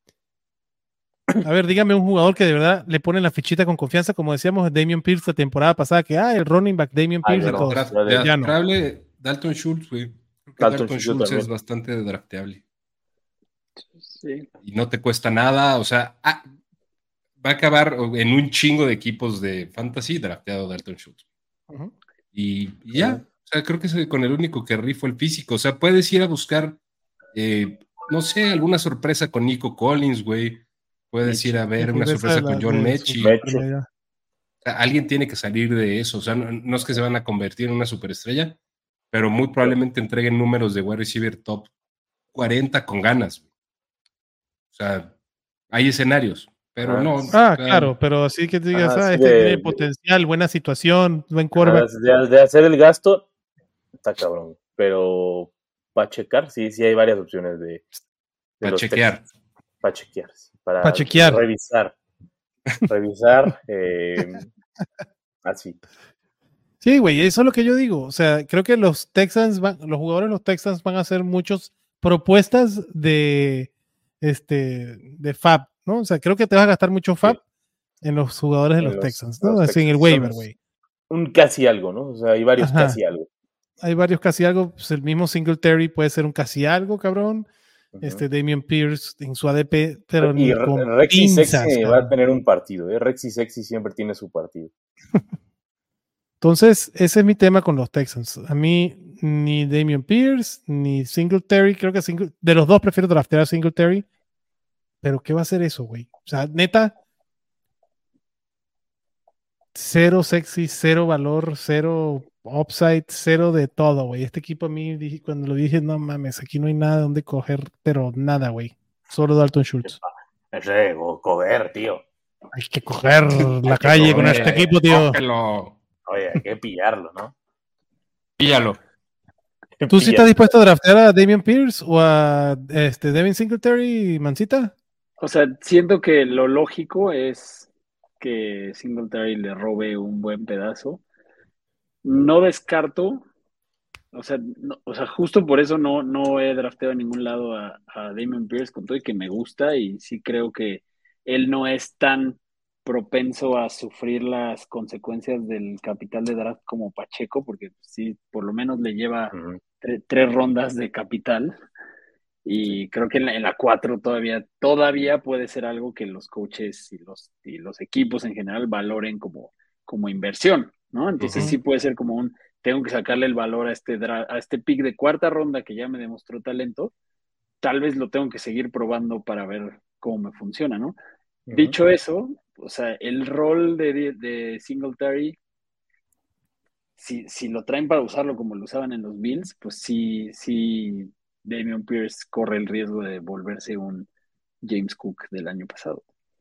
B: A ver, dígame un jugador que de verdad le pone la fichita con confianza, como decíamos Dameon Pierce la temporada pasada, que el running back Dameon Pierce
C: no,
B: ya no.
D: Dalton Schultz, güey. Dalton Schultz es bastante drafteable.
E: Sí.
D: Y no te cuesta nada, o sea, va a acabar en un chingo de equipos de fantasy drafteado Dalton Schultz.
B: Uh-huh.
D: Y ya, o sea, creo que con el único que rifo el físico, o sea, puedes ir a buscar, no sé, alguna sorpresa con Nico Collins, güey. Puedes ir a ver una sorpresa con John Mechie. O sea, alguien tiene que salir de eso. O sea, no es que se van a convertir en una superestrella, pero muy probablemente entreguen números de wide receiver top 40 con ganas. O sea, hay escenarios, pero no.
B: Claro, pero así que tú digas, tiene potencial, buena situación, buen quarterback.
C: De hacer el gasto, está cabrón. Pero para checar, sí hay varias opciones de
D: para chequear.
C: Para chequear.
B: Para chequear.
C: Revisar. Así.
B: Sí, güey, eso es lo que yo digo. O sea, creo que los jugadores de los Texans van a hacer muchas propuestas de FAB, ¿no? O sea, creo que te vas a gastar mucho FAB en los jugadores de los Texans, ¿no? Así en el waiver, güey.
C: Un casi algo, ¿no? O sea, hay varios casi algo.
B: Hay varios casi algo. Pues el mismo Singletary puede ser un casi algo, cabrón. Dameon Pierce en su ADP, pero
C: y Rexy Sexy va a tener un partido, Rexy Sexy siempre tiene su partido.
B: Entonces, ese es mi tema con los Texans. A mí, ni Dameon Pierce, ni Singletary, creo que de los dos prefiero draftear a Singletary, pero ¿qué va a hacer eso, güey? O sea, neta, cero sexy, cero valor, cero upside, cero de todo, güey. Este equipo a mí, cuando lo dije, no mames, aquí no hay nada donde coger, pero nada, güey. Solo Dalton Schultz.
C: Coger, tío.
B: Hay que coger la calle con este equipo, tío.
C: Oye, hay que pillarlo, ¿no?
D: Píllalo.
B: ¿Tú sí estás dispuesto a draftear a Dameon Pierce o a Devin Singletary, Mancita?
E: O sea, siento que lo lógico es que Singletary le robe un buen pedazo. No descarto, o sea, justo por eso no he drafteado a ningún lado a Dameon Pierce, con todo y que me gusta, y sí creo que él no es tan propenso a sufrir las consecuencias del capital de draft como Pacheco, porque sí, por lo menos le lleva 3 rondas de capital, y creo que en la 4 todavía puede ser algo que los coaches y los equipos en general valoren como inversión, ¿no? Entonces sí puede ser como tengo que sacarle el valor a este pick de 4ª ronda que ya me demostró talento, tal vez lo tengo que seguir probando para ver cómo me funciona, ¿no? Dicho eso, o sea, el rol de Singletary, si lo traen para usarlo como lo usaban en los Bills, pues sí, Dameon Pierce corre el riesgo de volverse un James Cook del año pasado.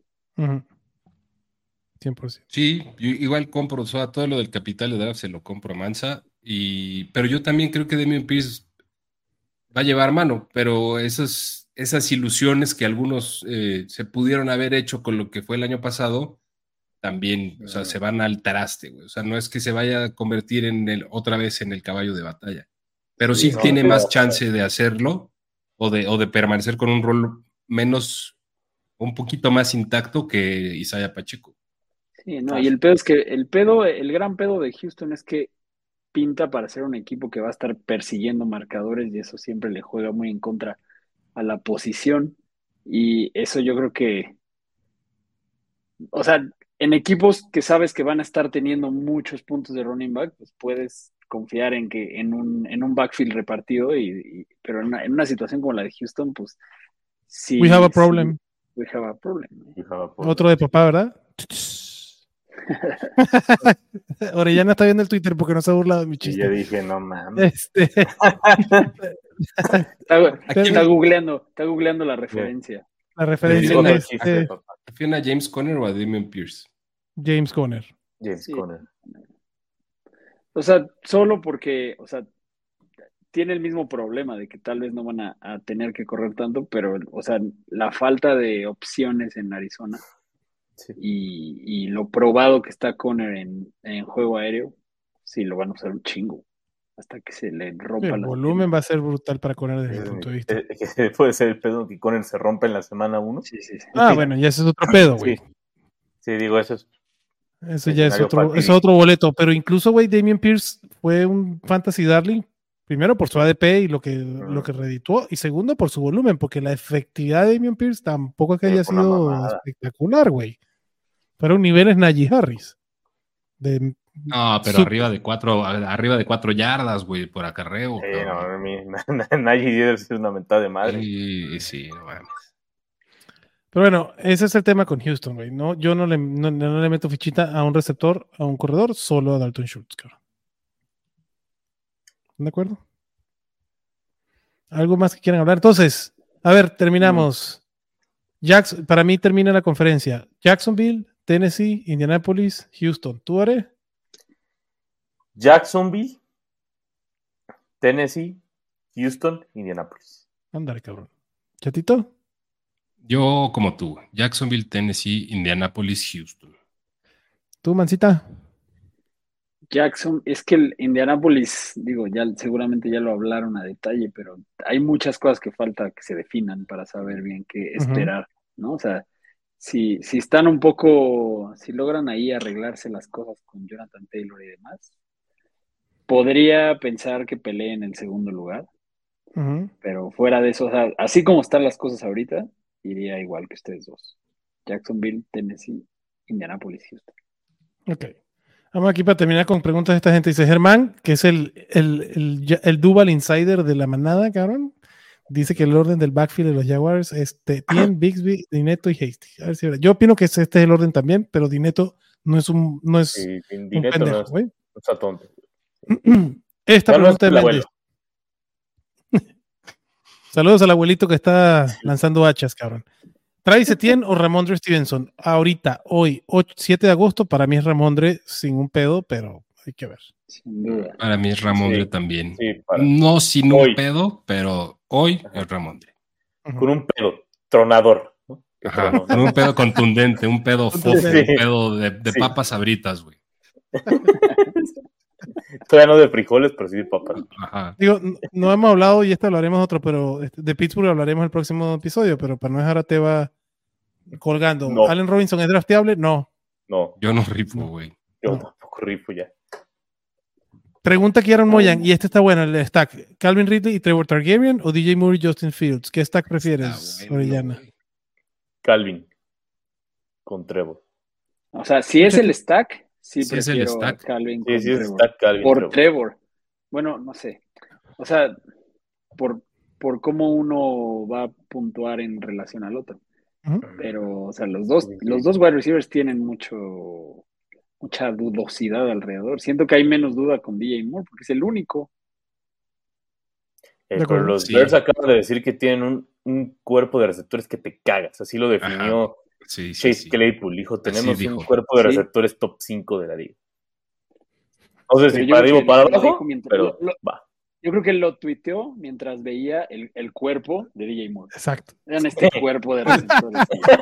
B: 100%.
D: Sí, yo igual compro, o sea, todo lo del capital de draft se lo compro a Mansa, pero yo también creo que Dameon Pierce va a llevar mano, pero esas ilusiones que algunos se pudieron haber hecho con lo que fue el año pasado, también, o sea, se van al traste, güey. O sea, no es que se vaya a convertir otra vez en el caballo de batalla, pero sí tiene más chance de hacerlo o de permanecer con un rol menos un poquito más intacto que Isaiah Pacheco.
E: Sí, no, y el pedo es que el gran pedo de Houston es que pinta para ser un equipo que va a estar persiguiendo marcadores y eso siempre le juega muy en contra a la posición. Y eso yo creo que, o sea, en equipos que sabes que van a estar teniendo muchos puntos de running back, pues puedes confiar en que en un backfield repartido, pero en una situación como la de Houston, pues sí.
B: We have a problem.
E: We have a problem.
B: Otro de papá, ¿verdad? Orellana está viendo el Twitter porque no se ha burlado de mi chiste.
C: Y yo dije, no mames.
E: Está googleando la referencia.
B: La referencia
D: es ¿refieren a James Conner o a Dameon Pierce?
B: James Conner.
C: Conner.
E: O sea, solo porque, o sea, tiene el mismo problema de que tal vez no van a tener que correr tanto, pero, o sea, la falta de opciones en Arizona y lo probado que está Conner en juego aéreo, sí lo van a usar un chingo hasta que se le rompa
B: el volumen va a ser brutal para Conner desde mi punto de vista.
C: Puede ser el pedo que Conner se rompe en la semana 1.
E: Sí.
B: Bueno, ya ese es otro pedo, güey.
C: Sí, digo, eso
B: ya es otro boleto, pero incluso, güey, Dameon Pierce fue un fantasy darling, primero por su ADP y lo que redituó, y segundo por su volumen, porque la efectividad de Dameon Pierce tampoco es que haya sido espectacular, güey. Fueron niveles Najee Harris.
D: No, pero arriba de 4 yardas, güey, por acarreo.
C: Najee es una mentada de madre.
D: Sí, no mames.
B: Pero bueno, ese es el tema con Houston, güey. No, yo no le meto fichita a un receptor, a un corredor, solo a Dalton Schultz, cabrón. ¿De acuerdo? ¿Algo más que quieran hablar? Entonces, a ver, terminamos. Para mí termina la conferencia. Jacksonville, Tennessee, Indianapolis, Houston. ¿Tú, Are?
C: Jacksonville, Tennessee, Houston, Indianapolis.
B: Ándale, cabrón. ¿Chatito?
D: Yo, como tú, Jacksonville, Tennessee, Indianapolis, Houston.
B: ¿Tú, Mancita?
E: Es que el Indianapolis, digo, ya seguramente ya lo hablaron a detalle, pero hay muchas cosas que falta que se definan para saber bien qué esperar, ¿no? O sea, si están un poco, si logran ahí arreglarse las cosas con Jonathan Taylor y demás, podría pensar que peleen el segundo lugar, pero fuera de eso, o sea, así como están las cosas ahorita, iría igual que ustedes dos. Jacksonville, Tennessee, Indianapolis, Houston.
B: Ok. Vamos aquí para terminar con preguntas de esta gente. Dice Germán, que es el Duval Insider de la manada, cabrón. Dice que el orden del backfield de los Jaguars es Tien, Bigsby, Dineto y Hasty. A ver si yo opino que este es el orden también, pero Dineto no es un pendejo, güey.
C: No está tonto.
B: Esta pregunta de Méndez. Saludos al abuelito que está lanzando hachas, cabrón. ¿Travis Etienne o Ramondre Stevenson? Ahorita, hoy, 7 de agosto, para mí es Ramondre sin un pedo, pero hay que ver.
E: Sin duda.
D: Para mí es Ramondre también. No sin un pedo, pero hoy es Ramondre.
C: Con un pedo tronador. ¿No?
D: Ajá, con un pedo contundente, un pedo fofo, un pedo de papas sabritas, güey.
C: Todavía no de frijoles, pero sí de papas.
D: Ajá.
B: Digo, no hemos hablado, y esto hablaremos otro, pero de Pittsburgh hablaremos el próximo episodio, pero para no dejar a Teba colgando.
C: No.
B: ¿Allen Robinson es drafteable? No.
D: Yo no rifo, güey.
C: Yo tampoco rifo ya.
B: Pregunta aquí Aaron Moyan, y este está bueno, el stack. ¿Calvin Ridley y Trevor Targaryen o DJ Moore y Justin Fields? ¿Qué stack prefieres, Orellana?
C: Calvin con Trevor.
E: O sea, si es el stack, sí
D: es el
E: prefiero
D: stack.
E: Calvin con
C: Sí,
E: Trevor.
C: es stack Calvin
E: por Trevor. Bueno, no sé. O sea, por cómo uno va a puntuar en relación al otro. Pero, o sea, los dos wide receivers tienen mucha dudosidad alrededor. Siento que hay menos duda con DJ Moore porque es el único.
C: Pero los Bears acaban de decir que tienen un cuerpo de receptores que te cagas. Así lo definió Chase Claypool. Dijo, tenemos un cuerpo de receptores top 5 de la liga. No sé si para arriba o para abajo, pero va.
E: Yo creo que lo tuiteó mientras veía el cuerpo de DJ Moore.
B: Exacto.
E: Vean este cuerpo de receptores.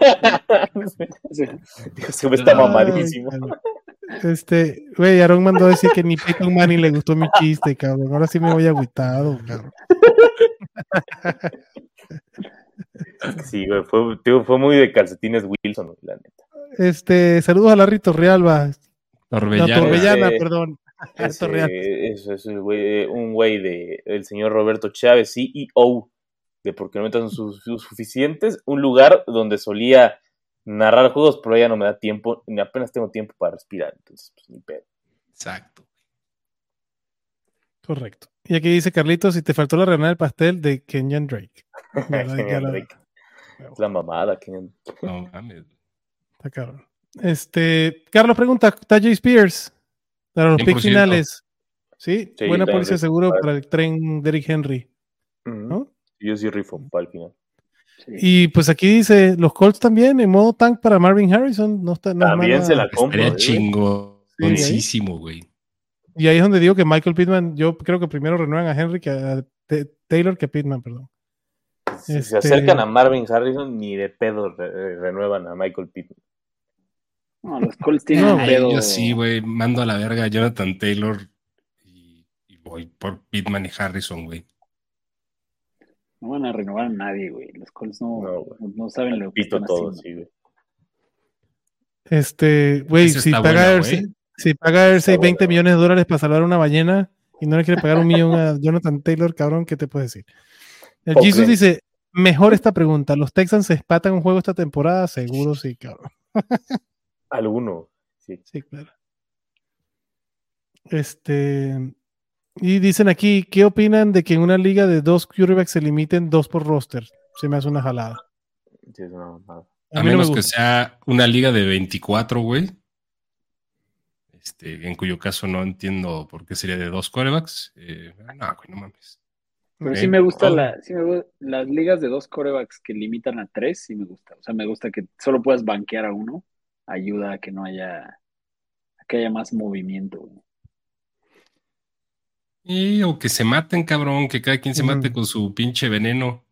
C: Se me está mamadísimo.
B: Güey, Aaron mandó a decir que ni Peyton Manning le gustó mi chiste, cabrón. Ahora sí me voy agüitado, cabrón.
C: Sí, güey, fue muy de calcetines Wilson, güey, la
B: neta. Saludos a Larry Torrealba. Torbellana, perdón.
C: Eso es un güey del señor Roberto Chávez, CEO de Porque No Metan sus Suficientes, un lugar donde solía narrar juegos, pero ya no me da tiempo, ni apenas tengo tiempo para respirar, entonces, pues ni pedo.
D: Exacto.
B: Correcto. Y aquí dice Carlitos, si te faltó la rebanada del pastel de Kenyan Drake.
C: Kenyan Drake. Es la mamada, Kenyan.
D: No mames.
B: Está cabrón. Carlos pregunta, ¿Tajay Spears? Para los picks finales. ¿Sí? Buena póliza de seguro para el tren Derrick Henry. ¿No?
C: Yo sí rifo para el final.
B: Sí. Y pues aquí dice, los Colts también en modo tank para Marvin Harrison. No
C: también se la compro.
D: Estaría chingoncísimo, güey.
B: Y ahí es donde digo que Michael Pittman, yo creo que primero renuevan a Henry que a Taylor que a Pittman, perdón.
C: Si se acercan a Marvin Harrison, ni de pedo renuevan a Michael Pittman.
E: No, los Colts tienen pedo.
D: Yo sí, güey, mando a la verga a Jonathan Taylor y voy por Pittman y Harrison, güey.
E: No van a renovar a nadie, güey. Los Colts no saben lo que están
C: todo,
E: haciendo.
C: Sí,
B: güey. Güey, si paga Irsay $20 millones para salvar una ballena y no le quiere pagar $1 millón a Jonathan Taylor, cabrón, ¿qué te puedo decir? El Jesus dice, mejor esta pregunta, ¿los Texans se espatan un juego esta temporada? Seguro sí, cabrón.
C: Alguno, sí.
B: Sí, claro. Y dicen aquí, ¿qué opinan de que en una liga de 2 quarterbacks se limiten 2 por roster? Se me hace una jalada.
C: Sí, es una jalada.
D: A menos que sea una liga de 24, güey. En cuyo caso no entiendo por qué sería de 2 quarterbacks. No, güey, no mames.
E: Pero sí me gusta las ligas de 2 quarterbacks que limitan a 3, sí me gusta. O sea, me gusta que solo puedas banquear a uno. Ayuda a que no haya, más movimiento, güey.
D: O que se maten, cabrón, que cada quien se mate con su pinche veneno.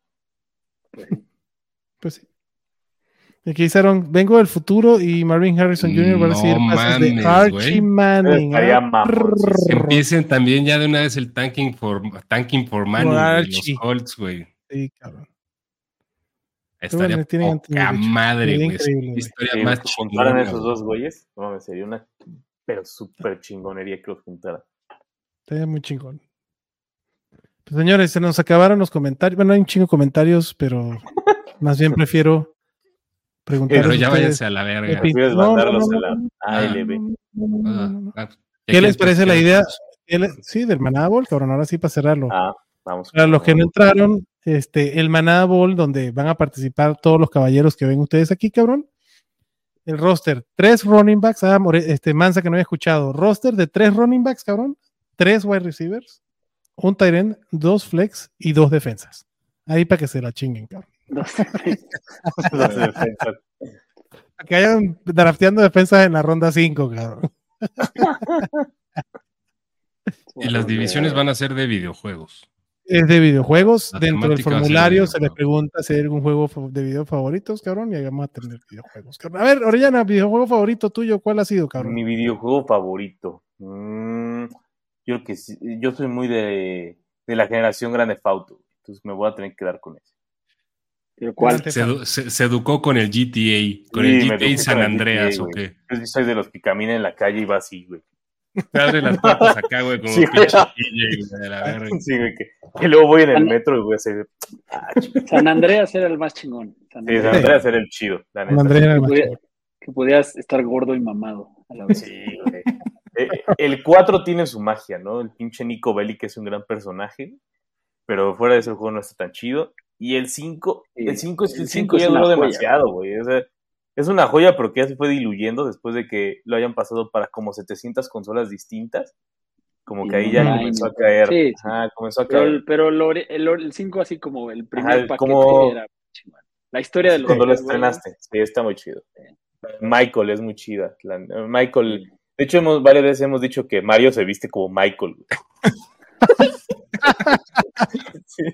B: Pues sí. Aquí dijeron, vengo del futuro y Marvin Harrison Jr. va a recibir pases de Archie Manning.
D: Que empiecen también ya de una vez el tanking for Manning, los Colts, güey.
B: Sí, cabrón.
D: Estaría poca madre, güey.
C: Historia más chingona. Juntaran esos dos güeyes, no, sería una pero súper chingonería que los juntaran.
B: Estaría muy chingón. Pues señores, se nos acabaron los comentarios. Bueno, hay un chingo de comentarios, pero más bien prefiero preguntarles.
D: Pero ya váyanse a la verga.
C: Prefieres mandarlos a la ALB.
B: ¿Qué les parece la idea? Sí, del Manada Bowl, cabrón. Ahora sí, para cerrarlo.
C: Vamos.
B: Para los que no entraron, el Manada Bowl, donde van a participar todos los caballeros que ven ustedes aquí, cabrón. El roster, 3 running backs. Mansa que no había escuchado. Roster de 3 running backs, cabrón. 3 wide receivers. Un tight end, 2 flex y 2 defensas. Ahí para que se la chinguen, cabrón.
C: 2 defensas.
B: Para que vayan drafteando defensas en la ronda 5, cabrón.
D: Y las divisiones van a ser de videojuegos.
B: Es de videojuegos. Dentro del formulario se les pregunta si hay algún juego de video favoritos, cabrón, y ahí vamos a tener videojuegos, cabrón. A ver, Orellana, videojuego favorito tuyo, ¿cuál ha sido, cabrón?
C: Mi videojuego favorito. Yo que sí, yo soy muy de la generación Grand Theft Auto, entonces me voy a tener que dar con ese.
E: ¿Pero cuál?
D: Se educó con el GTA, con el GTA San Andreas, ¿o qué?
C: Yo soy de los que caminan en la calle y va así, güey.
D: Te abre las puertas acá, güey, como pinche DJ, güey, de la verga.
C: Sí, güey, que luego voy en el metro y voy a hacer...
E: San Andreas era el más chingón.
C: San Andreas era el chido, la neta.
B: San Andreas era el más chingón.
E: Que podías estar gordo y mamado a la vez.
C: Sí, güey. El 4 tiene su magia, ¿no? El pinche Nico Bellic, que es un gran personaje, pero fuera de ese juego no está tan chido. Y el 5, el 5 ya duró demasiado, güey. O sea, es una joya, pero que ya se fue diluyendo después de que lo hayan pasado para como 700 consolas distintas. Como que ahí ya comenzó a caer.
E: Sí.
C: Comenzó a caer.
E: Pero el 5 así como el primer paquete era chingón. La historia de los
C: cuando lo estrenaste, sí, está muy chido. Michael es muy chida. Michael, de hecho varias veces hemos dicho que Mario se viste como Michael.
B: Sí.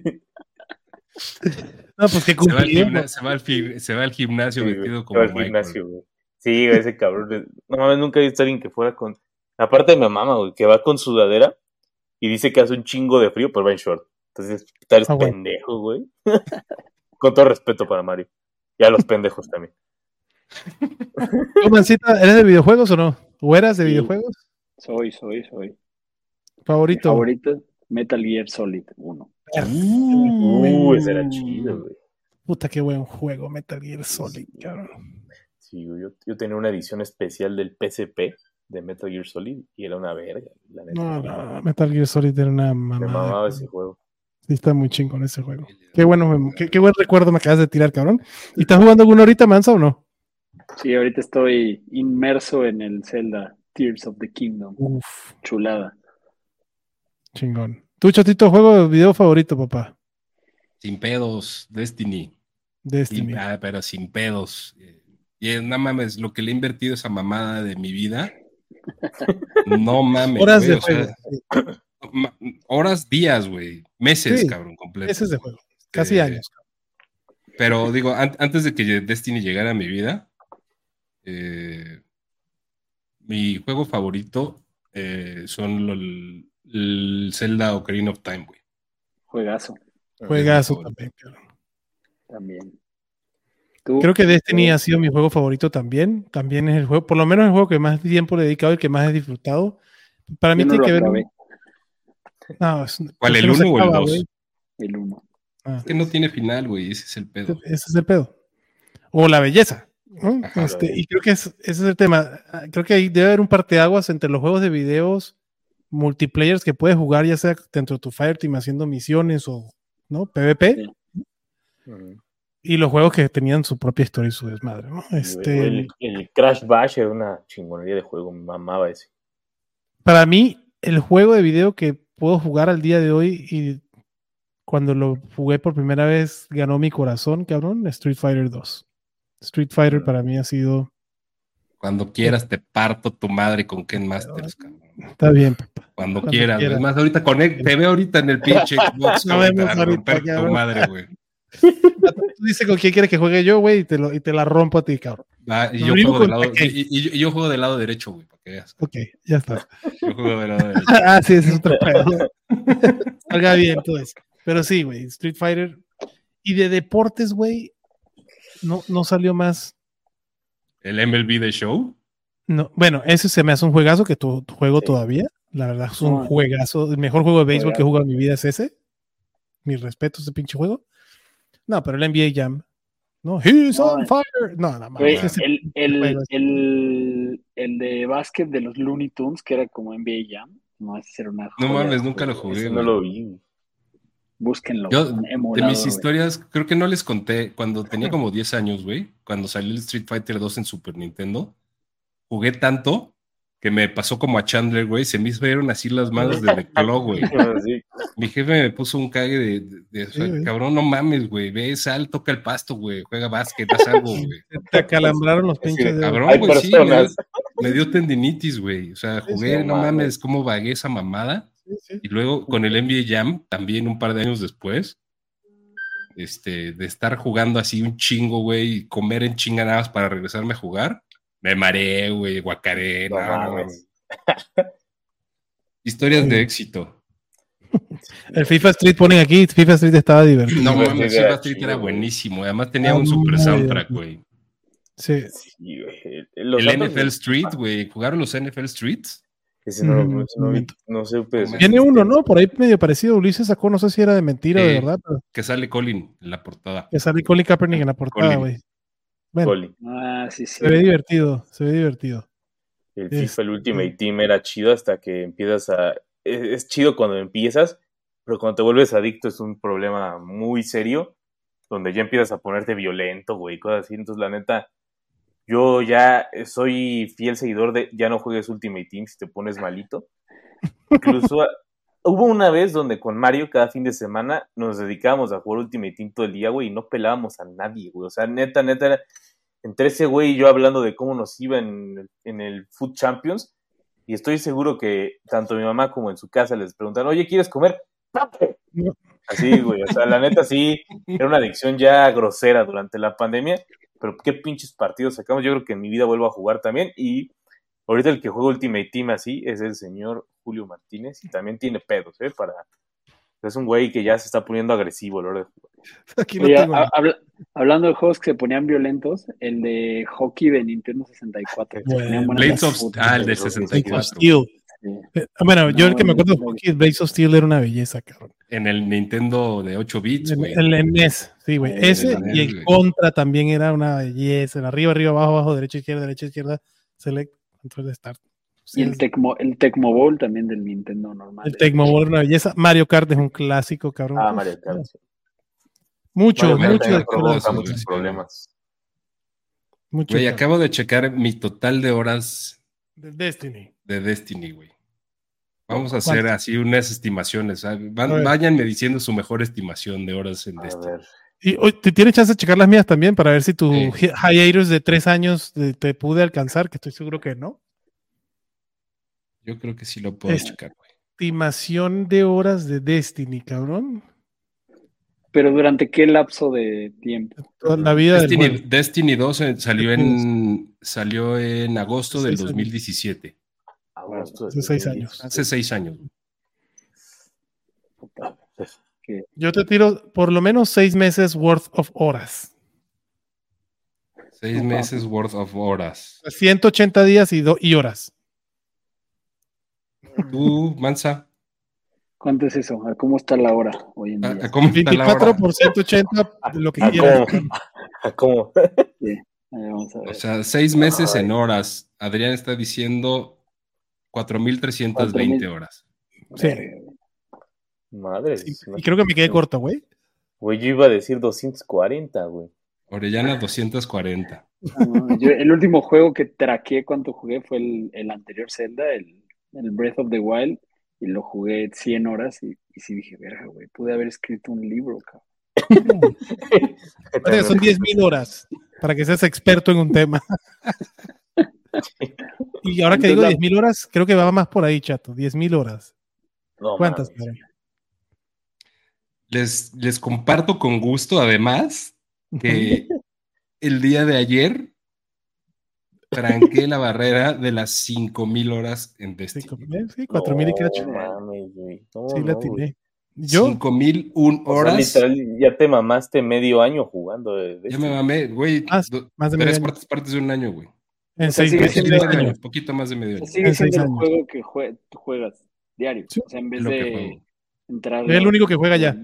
B: No, pues que
D: se va al gimnasio
C: sí,
D: vestido como Michael.
C: Gimnasio, güey. Sí, ese cabrón. No mames, nunca he visto a alguien que fuera con... Aparte de mi mamá, güey, que va con sudadera y dice que hace un chingo de frío, pero va en short. Entonces, estás pendejo, güey. Con todo respeto para Mario. Y a los pendejos también.
B: ¿Tú, Mancita, eres de videojuegos o no? ¿O eras de videojuegos?
E: Soy.
B: ¿Favorito?
E: Mi favorito, Metal Gear Solid 1.
C: Ese era chido, güey.
B: Puta, qué buen juego, Metal Gear Solid, cabrón.
C: Sí, yo tenía una edición especial del PSP de Metal Gear Solid y era una verga, la neta.
B: No, Metal Gear Solid era una mamada.
C: Me mamaba ese juego.
B: Sí, está muy chingón ese juego. Qué bueno, qué buen recuerdo me acabas de tirar, cabrón. ¿Y estás jugando alguno ahorita, Mansa, o no?
E: Sí, ahorita estoy inmerso en el Zelda Tears of the Kingdom.
B: Uf.
E: Chulada.
B: Chingón. ¿Tu Chatito, juego de video favorito, papá?
D: Sin pedos, Destiny. Pero sin pedos. Y no mames, lo que le he invertido a esa mamada de mi vida. No mames.
B: Horas de juego.
D: Horas, días, güey. Meses, cabrón, completo.
B: Meses de juego. Casi años.
D: Pero digo, antes de que Destiny llegara a mi vida, mi juego favorito son el Zelda Ocarina of Time, güey.
E: Juegazo
B: También, cabrón.
E: También.
B: Creo que Destiny ha sido mi juego favorito también. También es el juego, por lo menos el juego que más tiempo le he dedicado y que más he disfrutado. Para mí tiene que ver.
D: ¿Cuál, el 1 o el 2?
E: El 1.
D: Es que no tiene final, güey. Ese es el pedo.
B: Ese es el pedo. O la belleza, ¿no? Y creo que ese es el tema. Creo que ahí debe haber un parteaguas entre los juegos de videos multiplayers que puedes jugar, ya sea dentro de tu Fireteam haciendo misiones o, ¿no? PvP. Sí. Y los juegos que tenían su propia historia y su desmadre, ¿no?
C: El Crash Bash era una chingonería de juego, me mamaba ese.
B: Para mí, el juego de video que puedo jugar al día de hoy y cuando lo jugué por primera vez ganó mi corazón, cabrón, Street Fighter 2. Street Fighter para mí ha sido...
D: Cuando quieras te parto tu madre con Ken Masters, cabrón.
B: Está bien, papá.
D: Cuando quieras. Es más, ahorita te veo ahorita en el pinche Xbox.
B: No vemos ahorita,
D: tu madre, güey.
B: Tú dices con quién quieres que juegue yo, güey, y te la rompo a ti, cabrón.
D: Y yo juego del lado derecho, güey, para que veas.
B: Ok, ya está.
D: Yo juego del lado derecho.
B: Sí, ese es otro pedo. Salga bien todo eso. Pero sí, güey, Street Fighter. Y de deportes, güey, no salió más.
D: ¿El MLB The Show?
B: No, bueno, ese se me hace un juegazo que juego todavía. La verdad es un juegazo. El mejor juego de béisbol que he jugado en mi vida es ese. Mi respeto a ese pinche juego. No, pero el NBA Jam. No, he's on fire. No, nada más.
E: El de básquet de los Looney Tunes, que era como NBA Jam. No, ese era una
D: joya. No mames, nunca lo jugué.
C: No lo vi.
E: Búsquenlo.
D: Yo, de mis historias, creo que no les conté, cuando tenía como 10 años, güey, cuando salió el Street Fighter 2 en Super Nintendo, jugué tanto que me pasó como a Chandler, güey, se me hicieron así las manos de Lecló, güey. Sí. Mi jefe me puso un cague de cabrón, no mames, güey, ve, sal, toca el pasto, güey, juega básquet, haz algo, güey.
B: Te acalambraron los pinches de...
D: Cabrón, güey, sí, me dio tendinitis, güey, o sea, jugué, no mames, cómo vagué esa mamada. Sí. Y luego con el NBA Jam, también un par de años después, de estar jugando así un chingo, güey, y comer en chinganadas para regresarme a jugar, me mareé, güey, guacaré, Historias de éxito.
B: El FIFA Street ponen aquí, FIFA Street estaba divertido.
D: No mames, FIFA Street era buenísimo, además tenía un super soundtrack, güey.
B: Sí,
C: güey.
D: El NFL Street, güey, ¿jugaron los NFL Streets?
C: Ese no sé.
B: Viene uno, ¿no? Por ahí medio parecido. Ulises sacó, no sé si era de mentira o de verdad. Pero...
D: Que sale Colin en la portada.
B: Que sale Colin Kaepernick en la portada, güey. Bueno,
E: sí.
B: Se ve divertido.
C: El FIFA, el Ultimate Team era chido hasta que empiezas a... Es chido cuando empiezas, pero cuando te vuelves adicto es un problema muy serio, donde ya empiezas a ponerte violento, güey, cosas así. Entonces, la neta... Yo ya soy fiel seguidor de ya no juegues Ultimate Team si te pones malito. Incluso hubo una vez donde con Mario cada fin de semana nos dedicábamos a jugar Ultimate Team todo el día, güey, y no pelábamos a nadie, güey. O sea, neta, era entre ese güey y yo hablando de cómo nos iba en el Food Champions, y estoy seguro que tanto mi mamá como en su casa les preguntaron, oye, ¿quieres comer? Así, güey, o sea, la neta sí, era una adicción ya grosera durante la pandemia. Pero qué pinches partidos sacamos. Yo creo que en mi vida vuelvo a jugar también. Y ahorita el que juega Ultimate Team así es el señor Julio Martínez. Y también tiene pedos, para Es un güey que ya se está poniendo agresivo a la hora de jugar.
B: Aquí
E: Oye,
B: tengo.
E: hablando de juegos que se ponían violentos, el de hockey de Nintendo 64.
D: Blades of Steel, el de 64.
B: Bueno, yo el que me acuerdo de hockey, Blades of Steel era una belleza, cabrón.
D: En el Nintendo de 8 bits, güey.
B: El NES, sí, güey. Ese y el Contra también era una belleza. Arriba, abajo, derecha, izquierda, select, control, start.
E: Y el Tecmo Bowl también del Nintendo normal.
B: El Tecmo Bowl era una belleza. Mario Kart es un clásico, cabrón.
C: Mario Kart.
B: Muchos
C: problemas.
D: Güey, acabo de checar mi total de horas
B: de
D: Destiny, güey. Vamos a hacer así unas estimaciones. Váyanme diciendo su mejor estimación de horas en Destiny.
B: Y hoy tienes chance de checar las mías también para ver si tu hiatus de 3 años te pude alcanzar, que estoy seguro que no.
D: Yo creo que sí lo puedo checar, güey.
B: Estimación de horas de Destiny, cabrón.
E: ¿Pero durante qué lapso de tiempo?
B: Toda la vida
D: Destiny 2 salió en agosto del 2017.
B: Hace 6 años.
D: Hace 6 años.
B: Yo te tiro por lo menos 6 meses worth of horas.
D: 6 meses worth of horas.
B: 180 días y horas.
D: ¿Tú, Mansa?
E: ¿Cuánto es eso? ¿A cómo está la hora hoy en día?
B: 24 por 180, lo que quieras.
C: ¿Cómo?
E: Sí. Vamos a ver.
D: O sea, 6 meses en horas. Adrián está diciendo 4,320 horas.
B: Sí.
C: Madre.
B: Sí, y creo que me quedé corto, güey.
C: Güey, yo iba a decir 240, güey.
D: Orellana 240.
E: El último juego que traqué cuánto jugué fue el anterior Zelda, el Breath of the Wild, y lo jugué 100 horas y sí dije, verga, güey, pude haber escrito un libro, cabrón.
B: Son 10,000 horas para que seas experto en un tema. Y ahora que digo 10,000 horas, creo que va más por ahí, chato. 10,000 horas.
C: No,
B: ¿cuántas?
D: Les comparto con gusto, además, que el día de ayer tranqué la barrera de las 5,000 horas en Destiny.
B: Sí, 4,000 y cacho. Sí, la atiné. ¿Yo?
D: 5,001 horas.
C: O sea, literal, ya te mamaste medio año jugando.
D: Ya me mamé, güey.
B: Más de
D: 3 partes de un año, güey.
B: En 6 años.
D: Un poquito más de medio año.
E: Sigue siendo el juego que tú juegas diario.
B: Sí.
E: O sea, en vez de entrar.
B: Es el único que juega ya.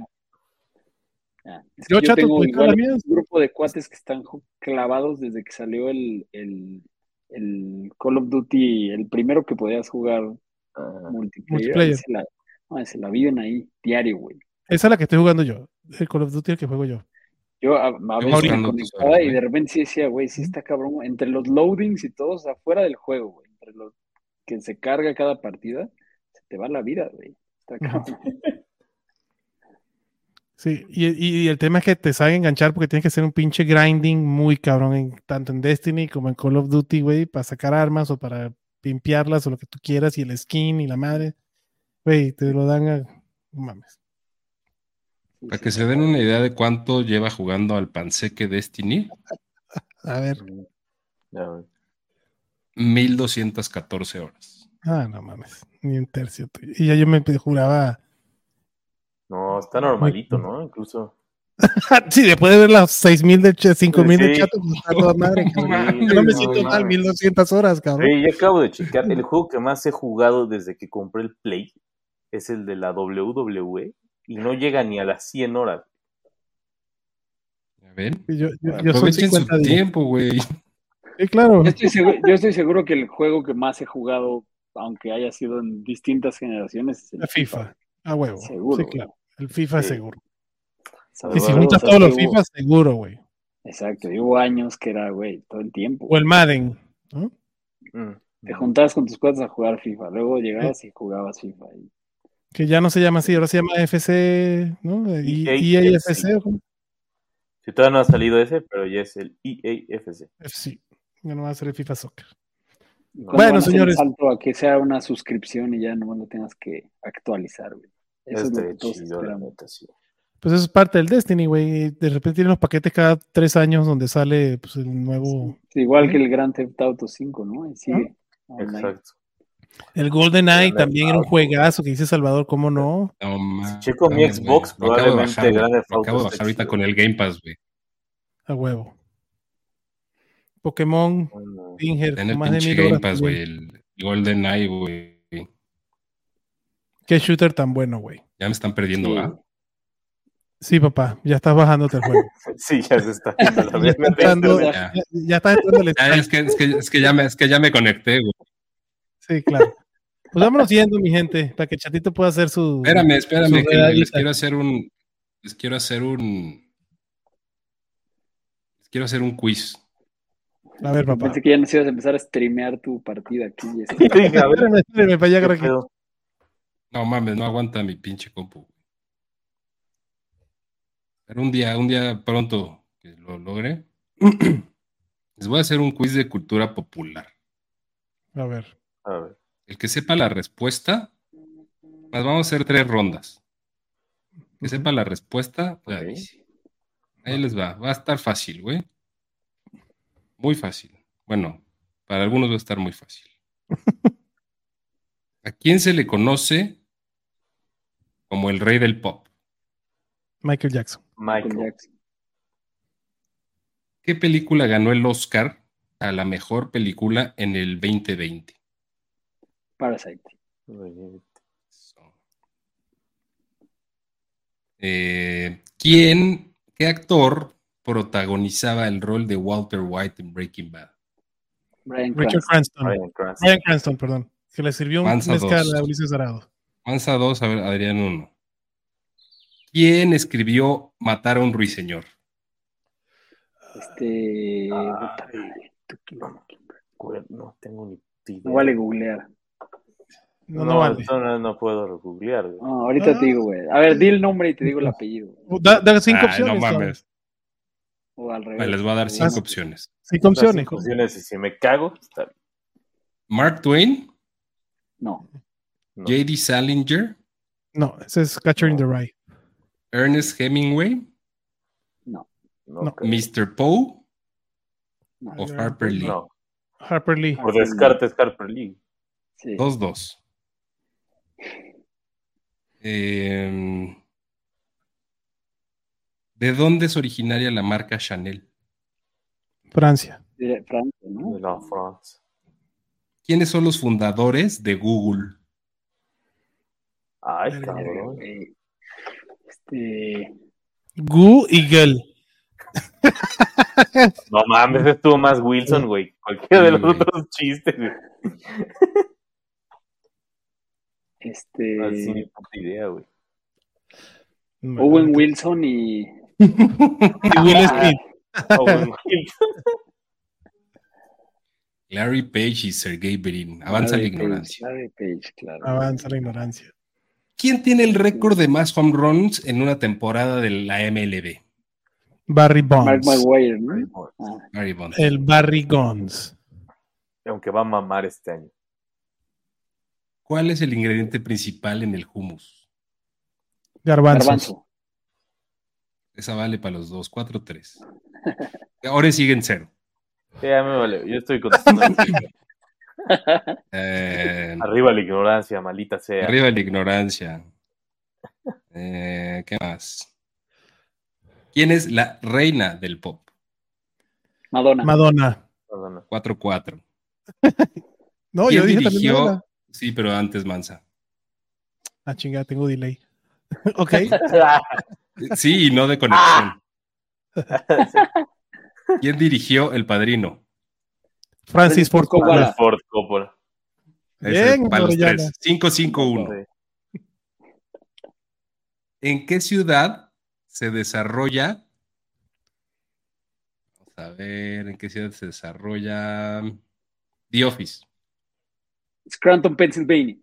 E: Yo tengo igual un grupo de cuates que están clavados desde que salió el Call of Duty, el primero que podías jugar multiplayer. Se la viven ahí diario, güey.
B: Esa es la que estoy jugando yo. El Call of Duty el que juego yo.
E: Yo a veces me conectaba y de repente sí decía, güey, sí está cabrón. Entre los loadings y todo, o sea, fuera del juego, güey. Entre los que se carga cada partida, se te va la vida, güey. Está cabrón.
B: Sí, y el tema es que te sabe enganchar porque tienes que hacer un pinche grinding muy cabrón, tanto en Destiny como en Call of Duty, güey, para sacar armas o para limpiarlas o lo que tú quieras, y el skin y la madre. Güey, te lo dan a... No mames.
D: Para que se den una idea de cuánto lleva jugando al panseque Destiny.
B: A ver.
D: 1,214 horas.
B: No mames. Ni un tercio. Y ya yo me juraba...
C: No, está normalito, ¿no? Incluso.
B: Sí, después de ver las 6,000 de 5,000 de chato, pues está toda madre. No me siento mal, 1,200 horas, cabrón.
C: Sí, yo acabo de checar. El juego que más he jugado desde que compré el Play es el de la WWE y no llega ni a las 100 horas.
D: A ver.
B: Yo
D: aprovechen su tiempo, güey.
B: Sí, claro.
E: Yo estoy seguro que el juego que más he jugado, aunque haya sido en distintas generaciones, es el
B: FIFA. A huevo.
E: Seguro.
B: Sí, claro. El FIFA es seguro.
E: Y
B: si juntas todos los FIFA, seguro, güey.
E: Exacto. Y hubo años que era, güey, todo el tiempo.
B: O el Madden, ¿no?
E: Te juntabas con tus cuates a jugar FIFA. Luego llegabas y jugabas FIFA.
B: Que ya no se llama así, ahora se llama FC, ¿no? EAFC.
C: Si todavía no ha salido ese, pero ya es el EAFC.
B: Sí, ya no va a ser el FIFA Soccer.
E: Bueno, señores. Salto a que sea una suscripción y ya no lo tengas que actualizar, güey. Eso es lo que todos esperamos.
B: Pues eso es parte del Destiny, güey. De repente tienen los paquetes cada 3 años donde sale pues, el nuevo...
E: Sí, igual que el Grand Theft Auto 5, ¿no? Y sigue.
C: Exacto.
B: El GoldenEye también era un juegazo que dice Salvador, ¿cómo no?
C: Si checo mi Xbox, probablemente Grand Theft Auto.
D: Acabo de bajar ahorita con el Game Pass, güey.
B: A huevo. Pokémon, Finger,
D: en el
B: más de
D: pinche
B: 1000
D: Game
B: horas.
D: Pass, güey, el GoldenEye, güey.
B: Qué shooter tan bueno, güey.
D: Ya me están perdiendo,
E: Sí.
D: ¿ah?
B: Sí, papá, ya estás bajándote el juego.
C: Sí, ya se está viendo la
B: Ya está entrando, ya estás entrando al
D: es que ya me conecté, güey.
B: Sí, claro. Pues vámonos yendo, mi gente, para que Chatito pueda hacer su...
D: Espérame,
B: su
D: que les quiero hacer un quiz.
B: A ver, papá.
E: Pensé que ya nos ibas a empezar a streamear tu partida aquí.
B: Espérame, para allá, aquí.
D: No mames, no aguanta mi pinche compu. Pero un día pronto que lo logre, les voy a hacer un quiz de cultura popular.
B: A ver.
D: El que sepa la respuesta, las vamos a hacer 3 rondas. El que sepa la respuesta, la dice. Ahí les va. Va a estar fácil, güey. Muy fácil. Bueno, para algunos va a estar muy fácil. ¿A quién se le conoce como el rey del pop?
B: Michael Jackson.
D: ¿Qué película ganó el Oscar a la mejor película en el 2020?
E: Parasite.
D: ¿Qué actor protagonizaba el rol de Walter White en Breaking Bad?
B: Richard Cranston. Bryan Cranston, perdón. Que le sirvió un mezcal a Ulises Arado.
D: Mansa 2, a ver, Adrián 1. ¿Quién escribió Matar a un ruiseñor?
C: No tengo ni idea.
E: No vale googlear.
B: No vale.
C: No puedo googlear.
E: No, ahorita te digo, güey. A ver, di el nombre y te digo el apellido.
B: Da 5 opciones.
D: No mames.
E: O al revés.
D: Les voy a dar 5 opciones.
B: 5 opciones.
C: 5 opciones y si me cago, está bien.
D: Mark Twain.
E: No.
D: J.D. Salinger.
B: No, ese es Catcher in the Rye.
D: Ernest Hemingway.
E: No.
D: Mr. Poe. O Harper Lee.
C: No.
B: Harper Lee.
C: Por descarte es Harper Lee.
E: Sí.
D: 2-2. ¿De dónde es originaria la marca Chanel?
B: Francia.
E: Francia, ¿no?
C: No, Francia.
D: ¿Quiénes son los fundadores de Google?
C: Ay, cabrón.
B: Google.
C: No mames, estuvo más Wilson, güey. Cualquiera de los otros chistes, güey. Sin puta idea, güey.
E: Owen Wilson y
B: Will Smith.
C: Owen Wilson.
D: Larry Page y Sergey Brin. Avanza la ignorancia.
E: Larry Page, claro.
B: Avanza la ignorancia.
D: ¿Quién tiene el récord de más home runs en una temporada de la MLB?
B: Barry Bonds.
E: Mark Maguire, ¿no?
D: Barry Bonds.
B: El Barry Bonds.
C: Aunque va a mamar este año.
D: ¿Cuál es el ingrediente principal en el hummus?
B: Garbanzos.
D: Esa vale para los dos. 4-3. Ahora siguen 0.
C: Ya me vale. Yo estoy contestando. Arriba la ignorancia, maldita sea.
D: Arriba la ignorancia. ¿Qué más? ¿Quién es la reina del pop?
E: Madonna.
D: 4-4.
B: No, yo dije también Madonna.
D: Sí, pero antes Mansa.
B: Ah, chingada, tengo delay. Ok.
D: Sí, y no de conexión. ¿Quién dirigió El Padrino?
B: Francis Ford Coppola.
D: Bien, para los 3. 5-5-1. ¿En qué ciudad se desarrolla? Vamos a ver, ¿en qué ciudad se desarrolla The Office?
E: Scranton, Pennsylvania.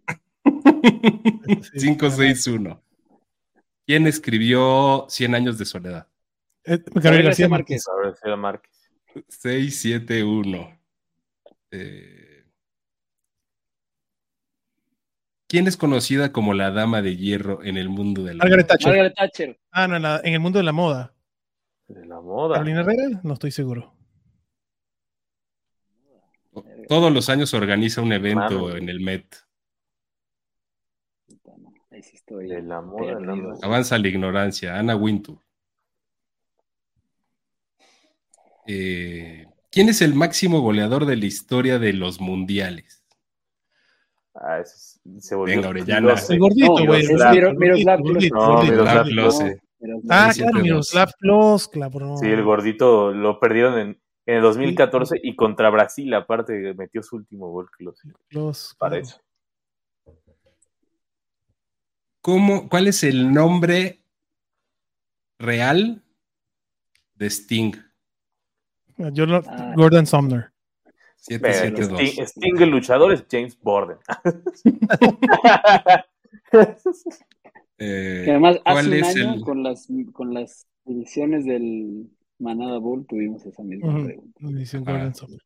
D: 5-6-1. ¿Quién escribió 100 años de soledad?
B: Gabriel García Márquez.
D: 6-7-1. ¿Quién es conocida como la dama de hierro en el mundo de la
B: Margaret
D: moda?
B: Thatcher.
E: Margaret Thatcher.
B: Ah, no, en el mundo de la moda.
C: ¿De la moda?
B: ¿Carolina Herrera? No estoy seguro.
D: Todos los años organiza un evento en el Met.
E: Ahí sí estoy.
C: Del amor.
D: Avanza la ignorancia. Anna Wintour. ¿Quién es el máximo goleador de la historia de los mundiales?
C: Se volvió.
D: Venga, Orellana.
B: El gordito, güey.
E: Miroslav Klose.
B: Claro, Miroslav Klose, cabrón.
C: Sí, el gordito lo perdieron en el 2014 y contra Brasil, aparte, metió su último gol. Klose. Para eso.
D: ¿Cuál es el nombre real de Sting?
B: Gordon Sumner.
D: 772.
C: Sting, el luchador, es James Borden.
E: Que además hace un año con las ediciones del Manada Bowl tuvimos esa misma pregunta.
B: Gordon Sumner.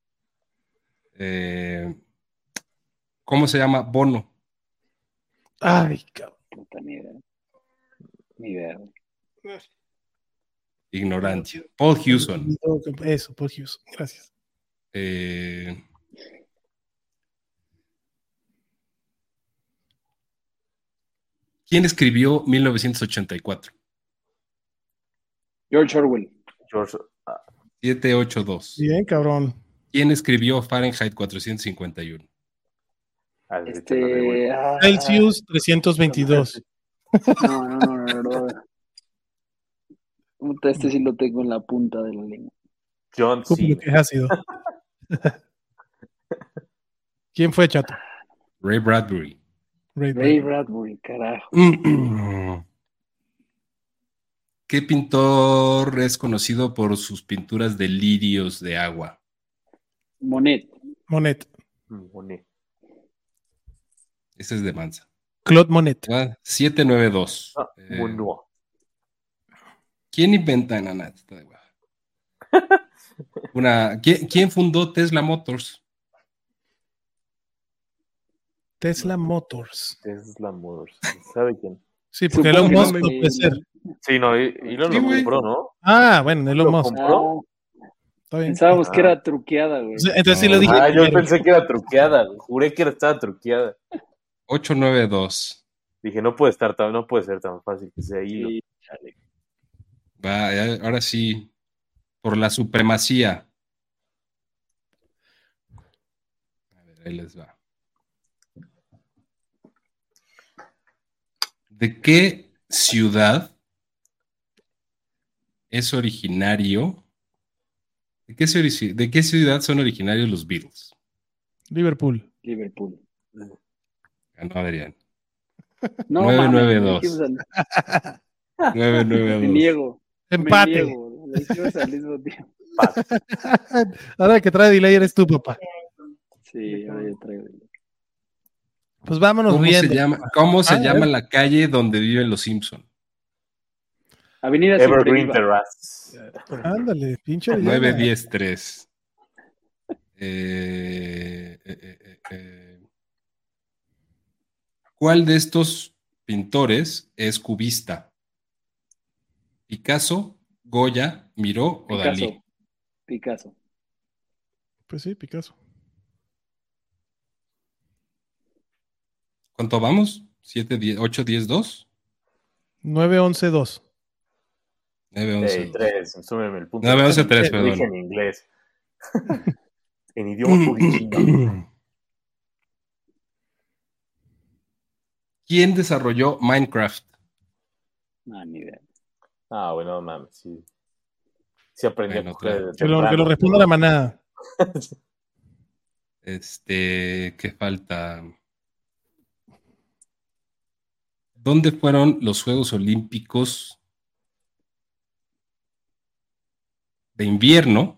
D: ¿Cómo se llama Bono?
B: Ay, cabrón.
E: Puta, ni idea.
D: Ignorancia. Paul Hewson.
B: Eso, Paul Hewson. Gracias.
D: ¿Quién escribió 1984?
E: George Orwell.
D: 782.
B: Bien, cabrón.
D: ¿Quién escribió Fahrenheit 451?
B: Celsius 322.
E: No. Este sí lo tengo en la punta de la lengua.
C: John C.
B: ¿Qué ha sido? ¿Quién fue, Chato?
D: Ray Bradbury.
E: Ray Bradbury, carajo.
D: ¿Qué pintor es conocido por sus pinturas de lirios de agua?
E: Monet.
D: Ese es de Mansa.
B: Claude Monet.
D: 792. ¿Quién inventa ¿Quién fundó Tesla Motors?
B: Tesla Motors.
C: ¿Sabe quién?
B: Sí, porque Elon Musk no puede ser.
C: Sí, no, Elon lo compró, ¿no?
B: Ah, bueno, Elon Musk.
E: Está bien. Pensábamos que era truqueada, güey.
B: Entonces sí lo dije.
C: Yo pensé que era truqueada. Juré que estaba truqueada.
D: 892.
C: Dije, no puede ser tan fácil que sea hilo. Sí,
D: va, ahora sí, por la supremacía. A ver, ahí les va. ¿De qué ciudad es originario? ¿De qué ciudad son originarios los Beatles?
B: Liverpool.
D: Ganó Adrián.
E: No,
D: 992. 992.
E: Me niego.
B: Empate.
E: Le hicimos al mismo tiempo.
B: Ahora que trae delay eres tú, papá.
E: Sí, ahora yo traigo delay.
B: Pues vámonos riendo.
D: ¿Cómo se llama la calle donde viven los Simpson?
E: Avenida
C: Evergreen Terrace.
B: Ándale, pinche.
D: 910-3. ¿Cuál de estos pintores es cubista? ¿Picasso, Goya, Miró o Dalí?
E: Picasso.
B: Pues sí, Picasso.
D: ¿Cuánto vamos? 8, 10, 2.
B: 9, 11, 2.
D: 9, 11,
C: 3. Súmeme el punto.
D: 9, 11, 3, perdón.
C: Dije en inglés. En idioma original.
D: ¿Quién desarrolló Minecraft?
E: Ni idea.
C: Bueno, mames, sí. Sí aprendí a coger.
B: Que lo responda la manada.
D: ¿Qué falta? ¿Dónde fueron los Juegos Olímpicos de invierno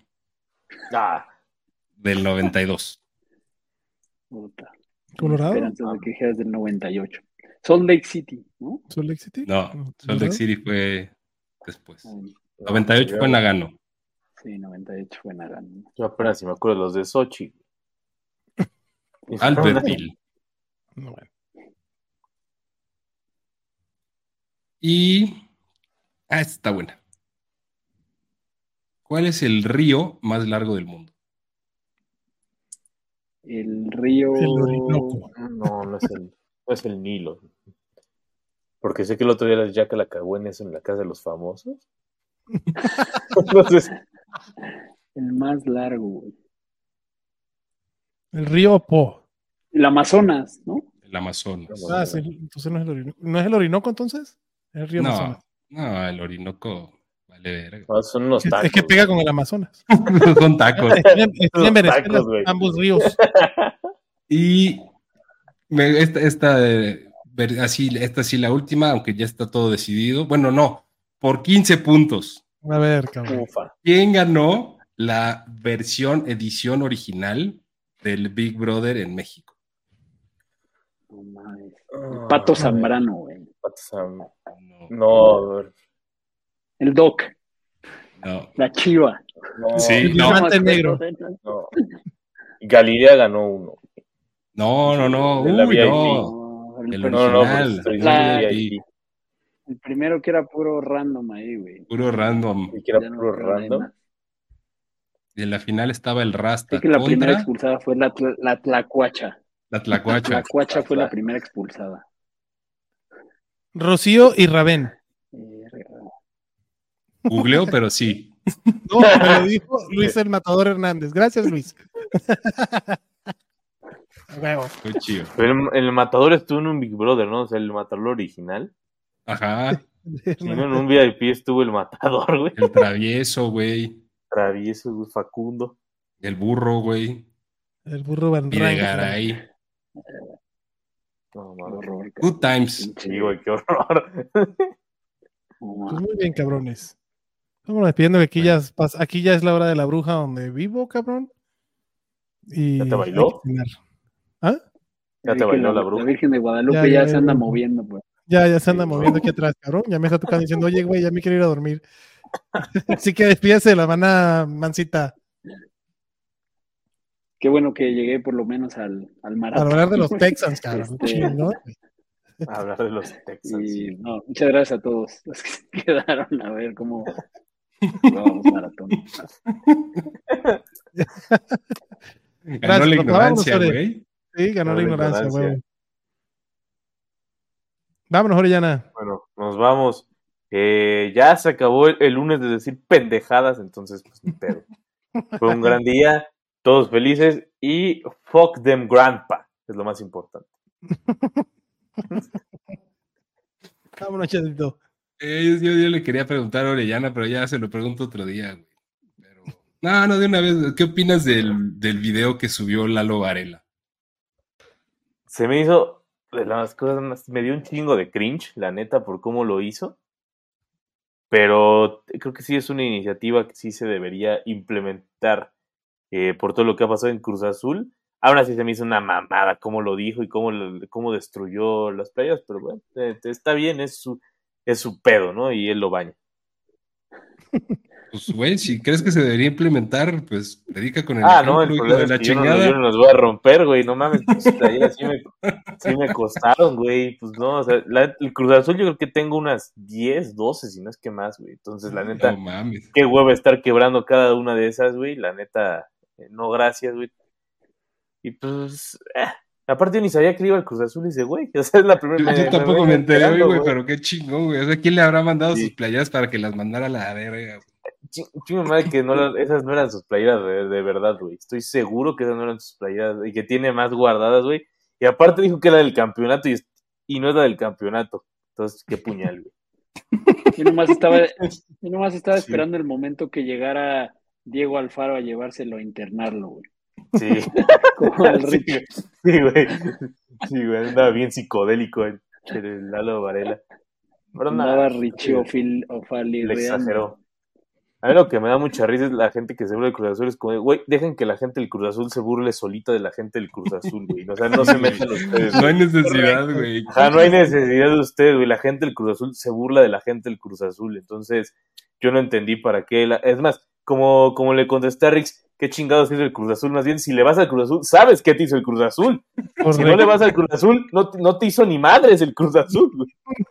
D: del 92?
E: Puta.
B: ¿Colorado?
E: Esperanzas de que dijeras del 98. Salt Lake City, ¿no?
B: ¿Salt Lake City?
D: No, Salt Lake City fue después. 98 fue Nagano.
E: Sí, 98 fue Nagano.
C: Yo apenas si me acuerdo de los de Sochi.
D: Albertville.
B: No, bueno.
D: Y... esta está buena. ¿Cuál es el río más largo del mundo?
E: El río...
B: El Orinoco.
C: No es el Nilo. Porque sé que el otro día la Jack la cagó en eso en la casa de los famosos. Entonces...
E: El más largo, güey.
B: El río Po.
E: El Amazonas, ¿no?
D: El Amazonas.
B: Sí, entonces no es el Orinoco. ¿No es el Orinoco entonces? Es el río Amazonas.
D: No, el Orinoco vale verga.
C: No, son unos tacos.
B: Es que pega con el Amazonas.
D: Son tacos.
B: En Venezuela, ambos ríos.
D: Y esta sí la última, aunque ya está todo decidido. Bueno, no, por 15 puntos.
B: A ver, cabrón.
D: ¿Quién ganó la edición original del Big Brother en México?
E: El Pato Zambrano, güey.
C: No.
E: El Doc.
D: No.
E: La Chiva.
C: No.
D: Sí,
B: no. El negro.
C: No. Galilea ganó uno.
D: No.
C: Uy,
D: no. El original.
E: El primero que era puro random ahí, güey.
D: Puro random.
C: ¿Y que era puro random?
D: Y en la final estaba el Rasta.
E: Sé que la primera expulsada fue la Tlacuacha.
D: La Tlacuacha.
E: La Tlacuacha fue la primera expulsada.
B: Rocío y Rabén.
D: Googleó, pero sí.
B: No, me lo dijo Luis el Matador Hernández. Gracias, Luis.
D: Muy chido.
C: Pero el Matador estuvo en un Big Brother, ¿no? O sea, el Matador original.
D: Ajá.
C: Si no, en un VIP estuvo el Matador, güey.
D: El Travieso, güey.
C: Travieso, güey. Facundo.
D: El Burro, güey.
B: El Burro Van
D: Y de Garay.
C: No,
D: Good times.
C: Sí, güey, qué horror.
B: Pues muy bien, cabrones. Vámonos despidiendo que aquí ya es la hora de la bruja donde vivo, cabrón. Y
C: ¿Ya te bailó?
B: ¿Ah?
C: ¿Ya te bailó la bruja?
E: La Virgen de Guadalupe ya se anda moviendo, pues.
B: Ya se anda moviendo aquí atrás, cabrón. Ya me está tocando diciendo, oye, güey, ya me quiero ir a dormir. Así que despídase de la maná, mancita.
E: Qué bueno que llegué por lo menos al maratón.
B: Para hablar de los Texans, cabrón. ¿No?
C: Hablar de los Texans.
E: Y, no, muchas gracias a todos los que se quedaron a ver cómo jugábamos maratón.
D: Ganó la ignorancia, güey.
B: Sí, ganó la ignorancia, güey. Vámonos, Orellana.
C: Bueno, nos vamos. Ya se acabó el lunes de decir pendejadas, entonces, pues ni pedo. Fue un gran día, todos felices y fuck them grandpa, es lo más importante.
B: Vámonos, Chadito.
D: Yo le quería preguntar a Orellana, pero ya se lo pregunto otro día, güey. Pero... No, de una vez, ¿qué opinas del video que subió Lalo Varela?
C: Se me hizo de las cosas más, me dio un chingo de cringe, la neta, por cómo lo hizo. Pero creo que sí es una iniciativa que sí se debería implementar por todo lo que ha pasado en Cruz Azul. Ahora sí se me hizo una mamada cómo lo dijo y cómo destruyó las playas, pero bueno, está bien, es su pedo, ¿no? Y él lo baña.
D: Pues, güey, si crees que se debería implementar, pues predica con el
C: no, el problema
D: de la
C: es que
D: chingada.
C: yo no los voy a romper, güey, no mames, tus playeras sí me costaron, güey, pues no, o sea, el Cruz Azul yo creo que tengo unas 10, 12, si no es que más, güey, entonces la neta,
D: no mames.
C: Qué huevo estar quebrando cada una de esas, güey, la neta, no gracias, güey, y pues, aparte yo ni sabía que iba al Cruz Azul y dice, güey, o sea, es la primera
D: Yo tampoco me enteré, güey, pero qué chingón, güey, o sea, ¿quién le habrá mandado sus playeras para que las mandara a la verga, güey?
C: Chingo madre que esas no eran sus playeras de verdad, güey. Estoy seguro que esas no eran sus playeras y que tiene más guardadas, güey. Y aparte dijo que era del campeonato y no es la del campeonato. Entonces, qué puñal, güey.
E: Yo nomás estaba esperando el momento que llegara Diego Alfaro a llevárselo a internarlo, güey.
C: Sí.
E: Como el Richie.
C: Sí, güey. Sí, güey. Andaba bien psicodélico el Lalo Varela.
E: Pero andaba Richie Ofali.
C: Le exageró. A mí lo que me da mucha risa es la gente que se burla del Cruz Azul. Es como, güey, dejen que la gente del Cruz Azul se burle solita de la gente del Cruz Azul, güey. O sea, no se metan ustedes.
D: No hay necesidad, güey.
C: No hay necesidad de ustedes, güey. La gente del Cruz Azul se burla de la gente del Cruz Azul. Entonces, yo no entendí para qué. Es más, como le contesté a Rix, ¿qué chingados hizo el Cruz Azul? Más bien, si le vas al Cruz Azul, sabes qué te hizo el Cruz Azul. Si no le vas al Cruz Azul, no te hizo ni madres el Cruz Azul, güey.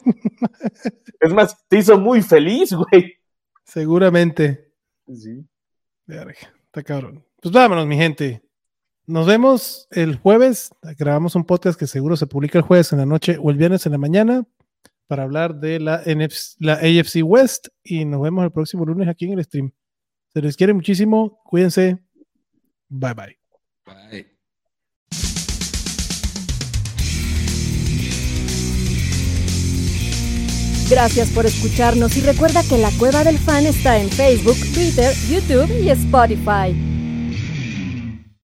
C: Es más, te hizo muy feliz, güey.
B: Seguramente.
C: Sí.
B: Está cabrón. Pues vámonos, mi gente. Nos vemos el jueves. Grabamos un podcast que seguro se publica el jueves en la noche o el viernes en la mañana para hablar de la AFC West. Y nos vemos el próximo lunes aquí en el stream. Se les quiere muchísimo. Cuídense. Bye, bye.
D: Bye.
A: Gracias por escucharnos y recuerda que La Cueva del Fan está en Facebook, Twitter, YouTube y Spotify.